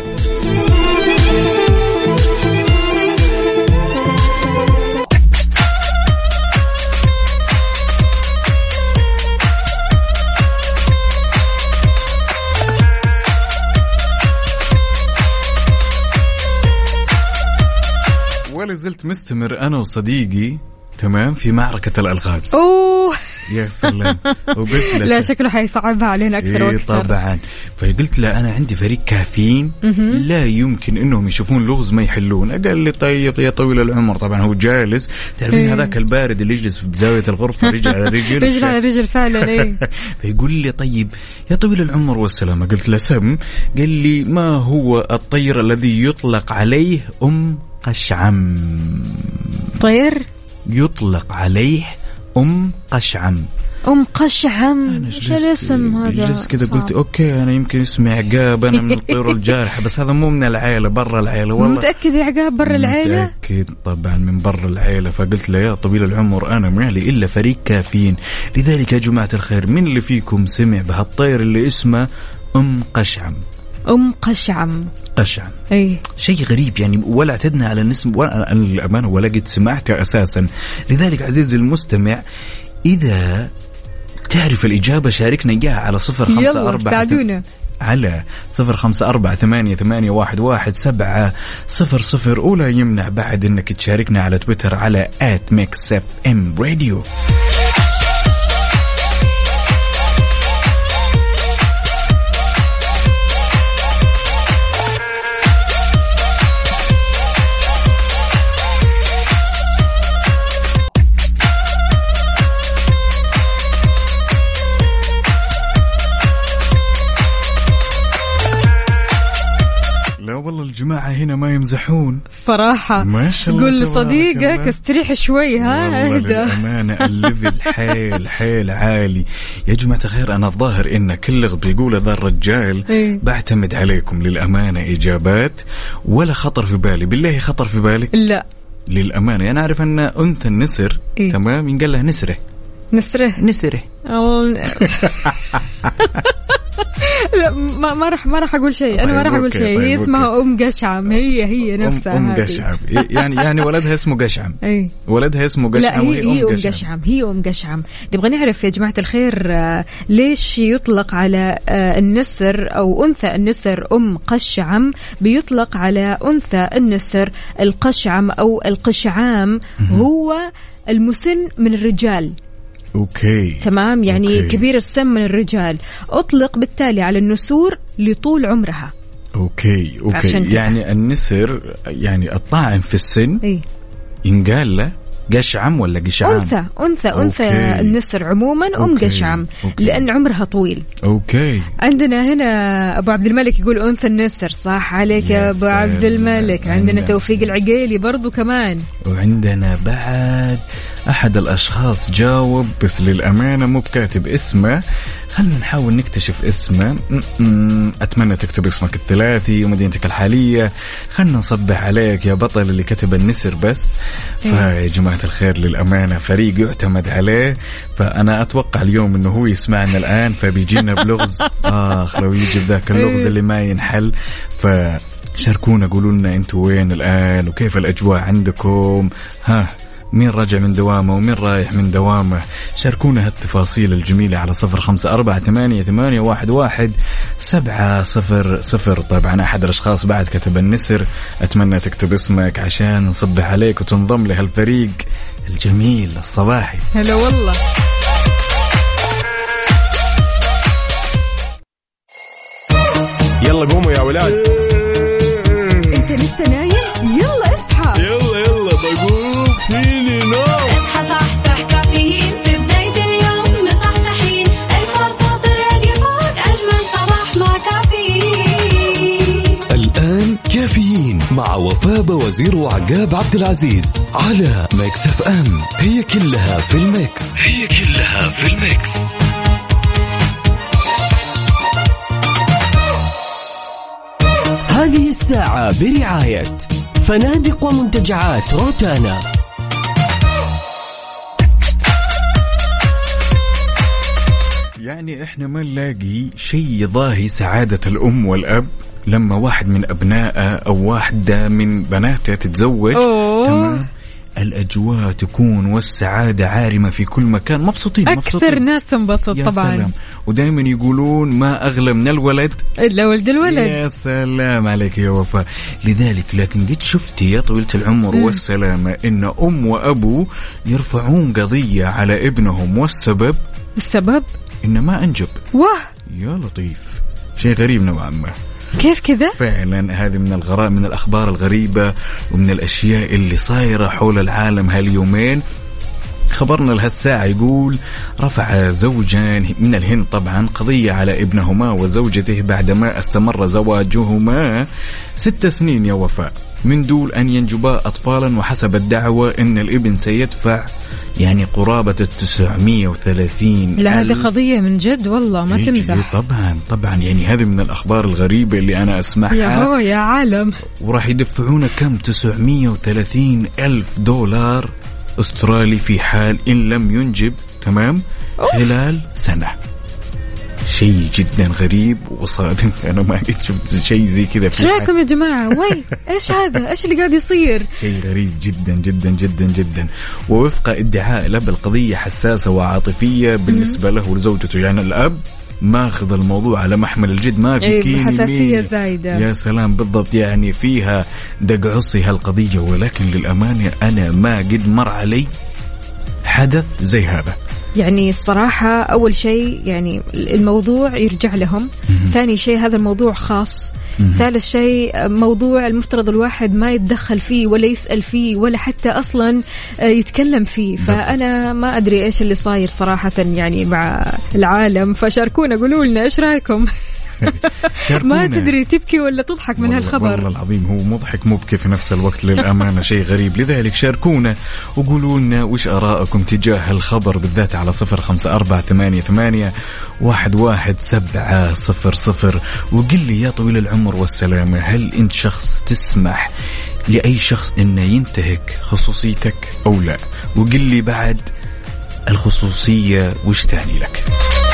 ولا زلت مستمر أنا وصديقي تمام في معركة الألغاز. أوه يا سلام. لا شكله حيصعبها علينا أكثر إيه وأكثر. طبعا. فقلت له أنا عندي فريق كافيين لا يمكن إنهم يشوفون لغز ما يحلون. قال لي طيب يا طويل العمر، طبعا هو جالس تعرفين إيه؟ هذاك البارد اللي يجلس في زاوية الغرفة رجل على رجل رجل على رجل فعلا. إيه؟ فيقول لي طيب يا طويل العمر والسلامة. قلت له سم. قال لي ما هو الطير الذي يطلق عليه أم قشعم؟ طير يطلق عليه أم قشعم. أم قشعم ايش الاسم هذا؟ جلست كده قلت اوكي انا يمكن اسمي عقاب، انا من الطيور الجارحة، بس هذا مو من العائلة، برا العائلة. والله متأكد يا عقاب برا العائلة؟ متأكد طبعا من برا العائلة. فقلت له يا طويل العمر انا ما لي الا فريق كافيين، لذلك يا جماعة الخير من اللي فيكم سمع بهالطير اللي اسمه أم قشعم؟ أم قشعم. قشعم. أي شيء غريب يعني، ولا اعتدنا على الاسم ولا الأمانة ولا قد سمعته أساسا. لذلك عزيزي المستمع إذا تعرف الإجابة شاركنا إياها على صفر خمسة أربعة ساعدونا على صفر خمسة أربعة ثمانية ثمانية واحد واحد سبعة صفر صفر. ولا يمنع بعد أنك تشاركنا على تويتر على آت ميكس اف ام راديو. والله الجماعة هنا ما يمزحون صراحة. ما شاء الله. قول لصديقك استريح شوي ها والله اهدى. للأمانة الليفل حيل حيل عالي يا جماعة الخير. أنا الظاهر إن كل بيقول ذا الرجال إيه؟ بعتمد عليكم للأمانة إجابات ولا خطر في بالي. بالله خطر في بالك؟ لا للأمانة أنا أعرف أن أنثى النسر إيه؟ تمام ينقال لها نسرة نسره نسرة لا ما ما راح ما راح اقول شيء. انا ما راح اقول شيء. هي اسمها ام قشعم. هي هي نفسها ام قشعم. يعني يعني ولدها اسمه قشعم. اي ولدها اسمه قشعم. لا هي هي ام قشعم. هي ام قشعم. نبغى نعرف يا جماعه الخير ليش يطلق على النسر او انثى النسر ام قشعم بيطلق على انثى النسر القشعم او القشعام هو المسن من الرجال. أوكي. تمام يعني أوكي. كبير السن من الرجال. أطلق بالتالي على النسور لطول عمرها. أوكي أوكي يعني النسر يعني الطاعن في السن إيه؟ ينقال له قشعم ولا قشعام؟ أنثى أنثى أنثى النسر عموما أم أوكي. قشعم أوكي. لأن عمرها طويل. أوكي. عندنا هنا أبو عبد الملك يقول أنثى النسر. صح عليك يا أبو عبد الملك. عندنا عندنا توفيق العقيلي برضو كمان. وعندنا بعد أحد الأشخاص جاوب بس للأمانة مو بكاتب اسمه. خلنا نحاول نكتشف اسمه. أتمنى تكتب اسمك الثلاثي ومدينتك الحالية. خلنا نصبح عليك يا بطل اللي كتب النسر بس. فيا جماعة الخير للأمانة فريق يعتمد عليه. فأنا أتوقع اليوم أنه هو يسمعنا الآن فبيجينا بلغز آخ لو يجي ذاك اللغز اللي ما ينحل. فشاركونا قولوا لنا أنتوا وين الآن وكيف الأجواء عندكم. ها مين رجع من دوامه ومين رايح من دوامه. شاركونا هالتفاصيل الجميلة على صفر خمسة أربعة ثمانية ثمانية واحد واحد سبعة صفر صفر. طبعا أحد الأشخاص بعد كتب النسر. أتمنى تكتب اسمك عشان نصبح عليك وتنضم لهالفريق الجميل الصباحي. هلا والله. يلا قوموا يا ولاد. أنت لسه نايم؟ يلا اصحى. يلا يلا بقوم فيني نوم. اصحى صحصح كافيين في بداية اليوم مصحصحين الفرصة تراقي فوق أجمل صباح مع كافيين. الآن كافيين مع وفاء وزير وعقاب عبد العزيز على ميكس اف ام. هي كلها في الميكس. هي كلها في الميكس. هذه الساعة برعاية فنادق ومنتجعات روتانا. يعني احنا ما نلاقي شيء يضاهي سعادة الأم والأب لما واحد من أبنائه أو واحدة من بناته تتزوج. أوه. تمام الأجواء تكون والسعادة عارمة في كل مكان. مبسوطين أكثر مبسوطين. ناس تنبسط يا طبعا. سلام. ودائما يقولون ما أغلى من الولد إلا ولد الولد. يا سلام عليك يا وفاء. لذلك لكن قد شفتي يا طويلة العمر م. والسلامة إن أم وأبو يرفعون قضية على ابنهم والسبب السبب إنه ما أنجب. واه يا لطيف شيء غريب نوعا ما. كيف كذا؟ فعلا هذه من الغرائب من الأخبار الغريبة ومن الأشياء اللي صايرة حول العالم هاليومين. خبرنا لهالساعة يقول رفع زوجان من الهند طبعا قضية على ابنهما وزوجته بعدما استمر زواجهما ست سنين يا وفاء من دون أن ينجبا أطفالا. وحسب الدعوة أن الابن سيدفع يعني قرابة التسعمية وثلاثين. لا هذه قضية من جد والله ما تمزح. طبعا طبعا يعني هذه من الأخبار الغريبة اللي أنا أسمعها. يا هو يا عالم. وراح يدفعون كم تسعمية وثلاثين ألف دولار أسترالي في حال إن لم ينجب. تمام خلال سنة. شيء جدا غريب وصادم. أنا ما قد شفت شيء زي كذا. ايش رايكم يا جماعة؟ وي ايش هذا؟ ايش اللي قاعد يصير؟ شيء غريب جدا جدا جدا جدا. ووفق ادعاء الأب القضية حساسة وعاطفية بالنسبة له ولزوجته، يعني الأب ماخذ الموضوع على محمل الجد، ما في إيه كيني حساسية مين. زايدة. يا سلام بالضبط، يعني فيها دقعصي هالقضية. ولكن للأمانة أنا ما قد مر علي حدث زي هذا. يعني الصراحة أول شيء يعني الموضوع يرجع لهم. ثاني شيء هذا الموضوع خاص. ثالث شيء موضوع المفترض الواحد ما يتدخل فيه ولا يسأل فيه ولا حتى أصلا يتكلم فيه. فأنا ما أدري إيش اللي صاير صراحة يعني مع العالم. فشاركونا، قولوا لنا إيش رأيكم. ما تدري تبكي ولا تضحك من هالخبر. والله العظيم هو مضحك مبكي في نفس الوقت للأمانة. شيء غريب. لذلك شاركونا وقولوا لنا وش آراءكم تجاه الخبر بالذات على صفر خمسة أربعة ثمانية ثمانية واحد واحد سبعة صفر صفر. وقل لي يا طويل العمر والسلامة، هل أنت شخص تسمح لأي شخص إنه ينتهك خصوصيتك أو لا؟ وقل لي بعد الخصوصية وش تعني لك.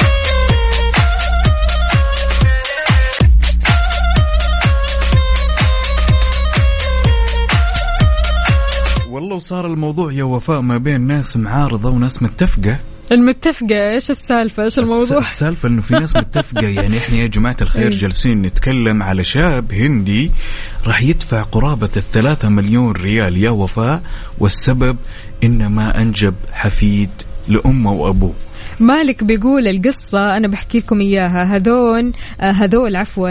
والله وصار الموضوع يا وفاء ما بين ناس معارضة وناس متفقة. المتفقة إيش السالفة؟ إيش الموضوع؟ السالفة إنه في ناس متفقة. يعني إحنا يا جماعة الخير جالسين نتكلم على شاب هندي راح يدفع قرابة الثلاثة مليون ريال يا وفاء، والسبب إنه ما أنجب حفيد لأمه وأبوه. مالك بيقول القصة أنا بحكي لكم إياها. هذون هذول عفوا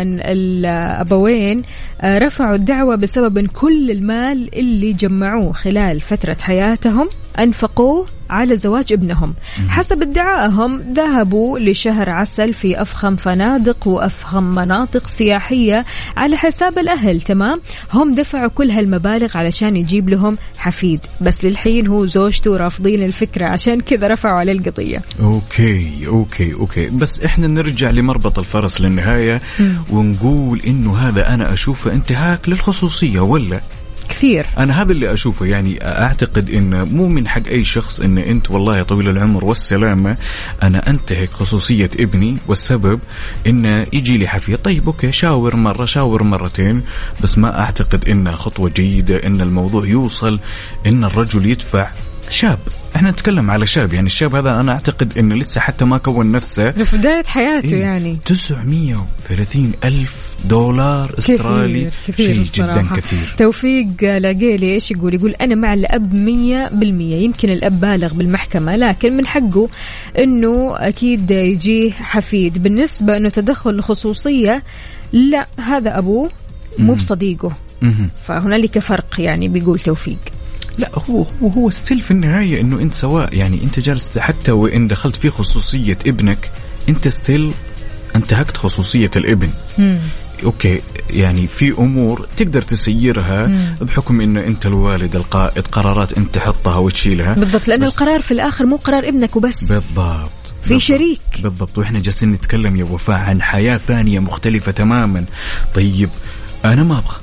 الأبوين رفعوا الدعوة بسبب إن كل المال اللي جمعوه خلال فترة حياتهم أنفقوه على زواج ابنهم. حسب ادعائهم ذهبوا لشهر عسل في أفخم فنادق وأفخم مناطق سياحية على حساب الأهل. تمام، هم دفعوا كل هالمبالغ علشان يجيب لهم حفيد، بس للحين هو زوجته رافضين الفكرة، عشان كذا رفعوا على القضية. أوكي أوكي أوكي بس إحنا نرجع لمربط الفرس للنهاية ونقول إنه هذا أنا أشوفه انتهاك للخصوصية ولا كثير. أنا هذا اللي أشوفه. يعني أعتقد إنه مو من حق أي شخص إن أنت والله يا طويل العمر والسلامة أنا أنتهك خصوصية ابني والسبب إنه يجي لي حفيد. طيب أوكي شاور مرة شاور مرتين، بس ما أعتقد إنها خطوة جيدة إن الموضوع يوصل إن الرجل يدفع. شاب، احنا نتكلم على شاب، يعني الشاب هذا انا اعتقد انه لسه حتى ما كون نفسه في بداية حياته. إيه؟ يعني تسعمية وثلاثين ألف دولار استرالي، شيء جدا كثير. توفيق لاقيلي ايش يقول؟ يقول انا مع الاب مية بالمية. يمكن الاب بالغ بالمحكمة، لكن من حقه انه اكيد يجيه حفيد. بالنسبة انه تدخل الخصوصية، لا هذا ابوه مو بصديقه، فهنالك فرق يعني. بيقول توفيق لا هو هو هو ستيل في النهاية إنه أنت سواء، يعني أنت جالس حتى وإن دخلت في خصوصية ابنك أنت ستيل انتهكت خصوصية الابن. مم. أوكي، يعني في أمور تقدر تسيرها مم. بحكم إنه أنت الوالد القائد، قرارات أنت تحطها وتشيلها بالضبط، لأن القرار في الآخر مو قرار ابنك وبس. بالضبط، في بالضبط. شريك بالضبط. وإحنا جالسين نتكلم يا وفاء عن حياة ثانية مختلفة تماما. طيب أنا ما أبغى،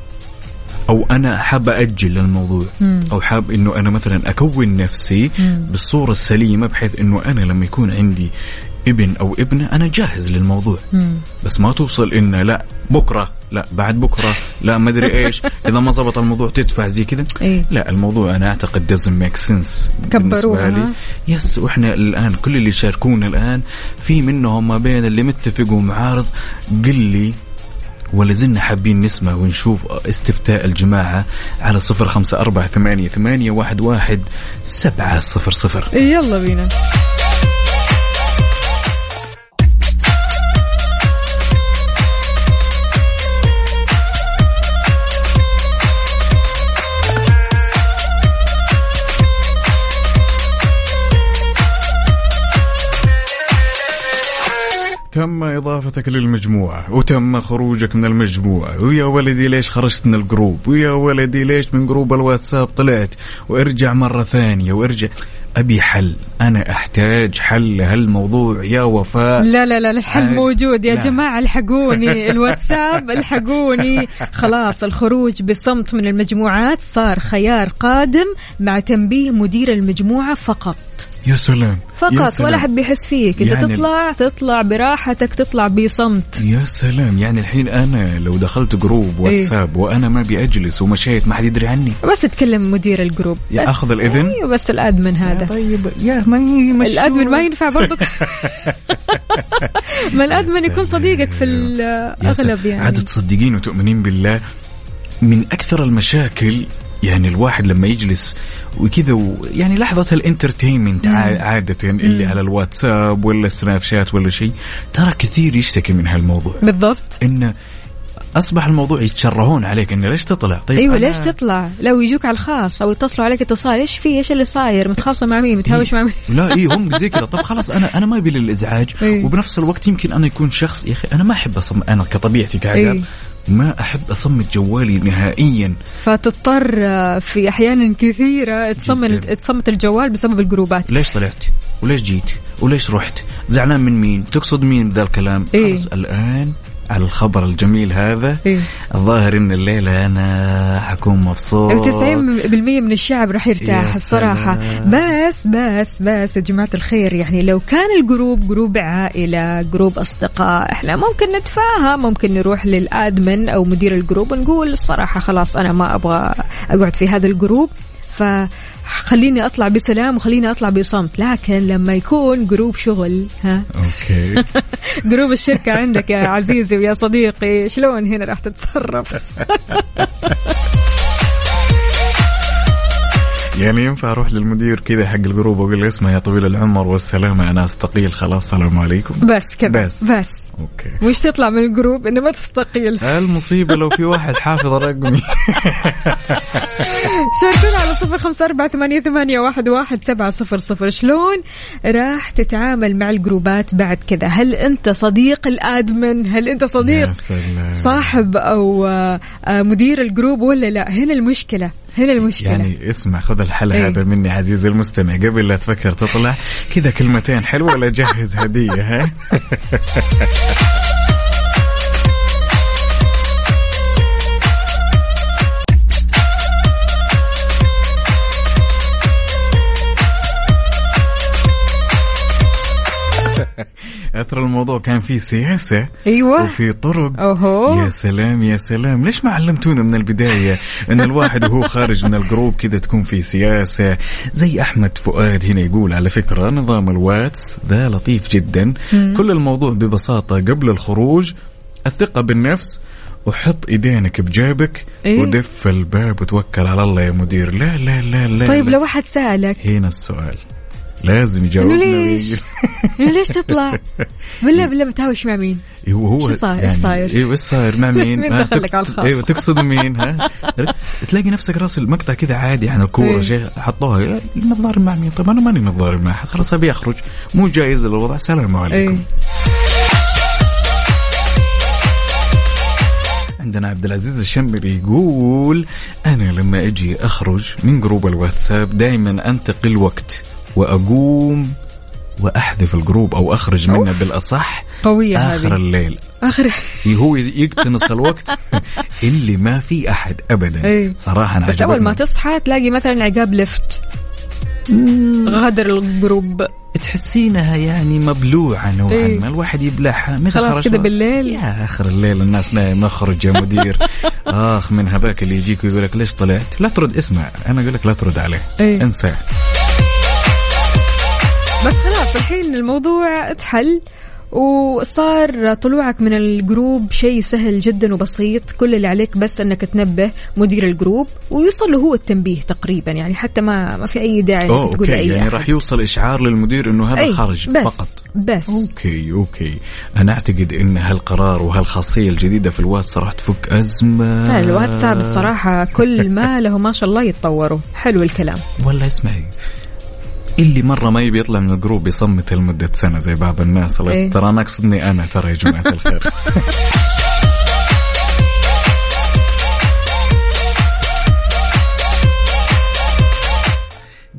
أو أنا حاب أجل الموضوع، مم. أو حاب إنه أنا مثلا أكون نفسي مم. بالصورة السليمة بحيث إنه أنا لما يكون عندي ابن أو ابنة أنا جاهز للموضوع. مم. بس ما توصل إنه لا بكرة، لا بعد بكرة، لا ما أدري إيش، إذا ما زبط الموضوع تدفع زي كذا. إيه؟ لا الموضوع أنا أعتقد doesn't make sense بالنسبة لي. يس، وإحنا الآن كل اللي شاركونا الآن في منهم ما بين اللي متفق ومعارض. قل لي ولا زلنا حابين نسمع ونشوف استفتاء الجماعة على صفر خمسة أربعة ثمانية ثمانية واحد واحد سبعة صفر صفر. يلا بينا. تم إضافتك للمجموعة وتم خروجك من المجموعة، ويا ولدي ليش خرجت من الجروب، ويا ولدي ليش من جروب الواتساب طلعت، وارجع مرة ثانية وارجع. أبي حل، أنا أحتاج حل لهالموضوع يا وفاء. لا لا لا الحل عاد. موجود يا لا. جماعة، الحقوني الواتساب الحقوني. خلاص الخروج بصمت من المجموعات صار خيار قادم مع تنبيه مدير المجموعة فقط. يا سلام فقط يا سلام. ولا حد بيحس فيك. إذا يعني تطلع تطلع براحتك، تطلع بصمت. يا سلام. يعني الحين أنا لو دخلت جروب واتساب إيه؟ وأنا ما بيأجلس ومشيت ما حد يدري عني، بس تكلم مدير الجروب يا أخذ الإذن. أيوة بس الأدمن هذا. طيب يا ما الأدمن ما ينفع برضك. ما الأدمن يكون صديقك في الأغلب يعني. عاد تصدقين وتؤمنين بالله من أكثر المشاكل يعني الواحد لما يجلس وكذا يعني لحظة الانترتينمنت عادة اللي على الواتساب ولا السناب شات ولا شيء، ترى كثير يشتكي من هالموضوع. بالضبط. إنه أصبح الموضوع يتشرهون عليك إنه ليش تطلع. طيب أيوة ليش تطلع؟ لو يجوك على الخاص أو يتصلوا عليك اتصال، إيش في إيش اللي صاير؟ متخاصم مع مين؟ متهاوش مع مين؟ لا إيه هم زي كذا. طب خلاص أنا أنا ما أبي للإزعاج. إيه؟ وبنفس الوقت يمكن أنا يكون شخص يا أخي أنا ما أحب أصم، أنا كطبيعتي كعقاب إيه؟ ما أحب أصمت جوالي نهائيا، فتضطر في أحيانا كثيرة تصمت تصمت الجوال بسبب الجروبات. ليش طلعت وليش جيت وليش رحت، زعلان من مين، تقصد مين بذا الكلام. إيه؟ خلاص الآن على الخبر الجميل هذا إيه؟ الظاهر إن الليلة أنا حكون مبسوط. تسعين بالمية من الشعب راح يرتاح الصراحة. بس بس بس يا جماعة الخير، يعني لو كان الجروب جروب عائلة، جروب أصدقاء، إحنا ممكن نتفاهم، ممكن نروح للأدمن أو مدير الجروب ونقول الصراحة خلاص أنا ما أبغى أقعد في هذا الجروب، فخليني أطلع بسلام وخليني أطلع بصمت. لكن لما يكون جروب شغل، ها أوكي جروب الشركة عندك يا عزيزي ويا صديقي، شلون هنا راح تتصرف؟ يعني ينفع أروح للمدير كذا حق الجروب وأقول له اسمه يا طويل العمر والسلامة أنا أستقيل خلاص السلام عليكم، بس كذا بس, بس. أوكي. مش تطلع من الجروب إنما تستقيل. المصيبة لو في واحد حافظ رقمي. شاركونا على صفر خمسة أربعة ثمانية ثمانية واحد واحد سبعة صفر صفر. شلون راح تتعامل مع الجروبات بعد كذا؟ هل أنت صديق الأدمن؟ هل أنت صديق صاحب أو مدير الجروب ولا لا؟ هنا المشكلة، هنا المشكلة. يعني اسمع خذ الحل ايه؟ هذا مني عزيزي المستمع، قبل لا تفكر تطلع كذا كلمتين حلوة ولا جهز هدية. ها أثر الموضوع كان فيه سياسة. أيوة. وفي طرق. أوهو. يا سلام يا سلام، ليش ما علمتونا من البداية إن الواحد وهو خارج من الجروب كذا تكون في سياسة؟ زي أحمد فؤاد هنا يقول على فكرة نظام الواتس ذا لطيف جدا. مم. كل الموضوع ببساطة قبل الخروج الثقة بالنفس وحط إيدينك بجيبك. إيه؟ ودف الباب وتوكل على الله يا مدير. لا لا لا لا. طيب لا. لو واحد سألك هنا السؤال لازم يجاوبنا. ليش ليش تطلع بالله بالله بتهاوش مع مين؟ هو هو ايش صاير؟ يعني ايش صاير؟ ايوه ايش صاير مع مين؟ مين دخلك على الخاص؟ ايوه تقصد مين؟ ها تلاقي نفسك راس المقطع كذا عادي عن الكوره شيء حطوها متضارب مع مين؟ طب انا ماني متضارب مع احد، خلاص ابي اخرج مو جايز الوضع. السلام عليكم. ايه. عندنا عبد العزيز الشمري يقول انا لما اجي اخرج من جروب الواتساب دائما انتقل وقت واقوم واحذف الجروب او اخرج منه بالاصح قوية اخر هذه. الليل اخر هو يقتنص الوقت اللي ما في احد ابدا. ايه. صراحه بس اول ما تصحى تلاقي مثلا عقاب لفت غادر الجروب، تحسينها يعني مبلوعه نوعا ايه. ما، الواحد يبلعها متى خلاص كذا بالليل يا اخر الليل الناس نايم اخرج يا مدير. اخ من هذاك اللي يجيك ويقول لك ليش طلعت، لا ترد. اسمع انا اقول لك لا ترد عليه. ايه. انساه. بس خلاص الحين الموضوع اتحل وصار طلوعك من الجروب شيء سهل جدا وبسيط. كل اللي عليك بس انك تنبه مدير الجروب ويوصل له هو التنبيه تقريبا، يعني حتى ما ما في اي داعي انك تقول اي يعني أحد. راح يوصل اشعار للمدير انه هذا خرج بس فقط. بس اوكي اوكي انا اعتقد ان هالقرار وهالخاصيه الجديده في الواتس راح تفك ازمه. لا الواتساب الصراحه كل ما له ما شاء الله يتطوروا. حلو الكلام. والله اسمعي اللي مرة ما يبي يطلع من الجروب يصمت لمدة سنة زي بعض الناس. الله ايه؟ ترى أنا أقصدني أنا ترى يا جماعة الخير.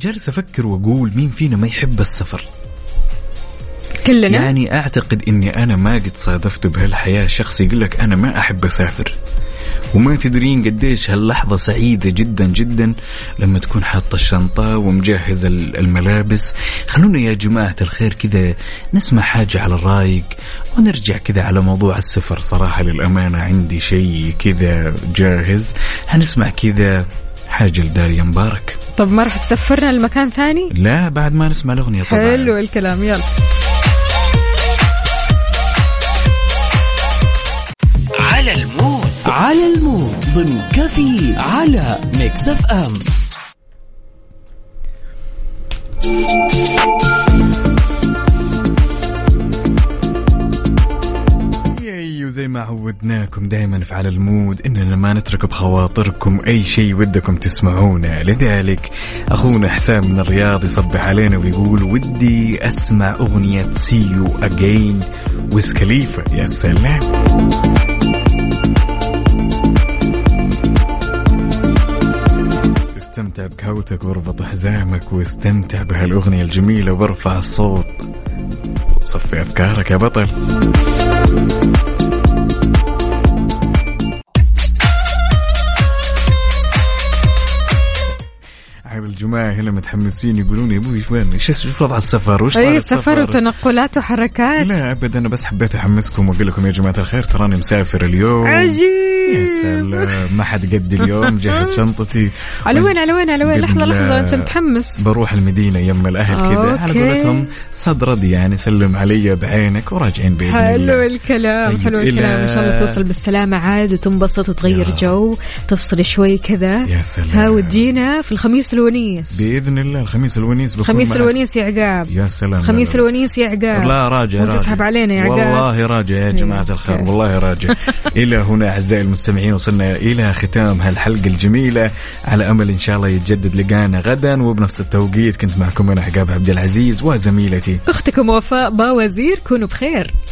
جالس أفكر وأقول مين فينا ما يحب السفر؟ كلنا. يعني أعتقد إني أنا ما قد صادفت بهالحياة شخص يقول لك أنا ما أحب أسافر. وما تدرين قديش هاللحظة سعيدة جدا جدا لما تكون حاطة الشنطة ومجهز الملابس. خلونا يا جماعة الخير كذا نسمع حاجة على الرايق ونرجع كذا على موضوع السفر. صراحة للأمانة عندي شيء كذا جاهز، هنسمع كذا حاجة لداريا مبارك. طب ما رح تسفرنا لمكان ثاني؟ لا بعد ما نسمع الأغنية طبعا. حلو الكلام، يلا. على المود على المود ضمن كفي على ميكس اف ام. زي ما عودناكم دائما في على المود إننا ما نترك بخواطركم أي شيء ودكم تسمعونه. لذلك أخونا حسام من الرياض يصبح علينا ويقول ودي أسمع أغنية See You Again ويز خليفة. يا سلام. استمتع بكوتك واربط حزامك واستمتع بهالأغنية الجميلة وارفع الصوت وصفي أفكارك يا بطل. الجماعة هنا متحمسين يقولون يا ابوي وين ايش وضع السفر وش اي السفر وتنقلات وحركات. لا ابدا انا بس حبيت احمسكم واقول لكم يا جماعة الخير تراني مسافر اليوم. عجيب. يا سلام ما حد قد اليوم جهز شنطتي. على وين على وين على وين لحظة لحظة انت متحمس. بروح المدينة يم الاهل كذا على قولتهم صد رضي يعني سلم علي بعينك وراجعين بإذن حلو الله. حلو الكلام. طيب حلو الكلام. ان شاء الله توصل بالسلامة عاد وتنبسط وتغير جو تفصل شوي كذا. يا سلام. ها وتجينا في الخميس الونيس بإذن الله. الخميس الونيس خميس الونيس يا عقاب. يا سلام. خميس الونيس يا عقاب. لا راجع راجع تسحب علينا يا عقاب. والله راجع يا جماعة الخير والله راجع. إلى هنا أعزائي المستمعين وصلنا إلى ختام هالحلقة الجميلة، على أمل إن شاء الله يتجدد لقانا غدا وبنفس التوقيت. كنت معكم أنا عقاب عبد العزيز وزميلتي أختكم وفاء باوزير. كونوا بخير.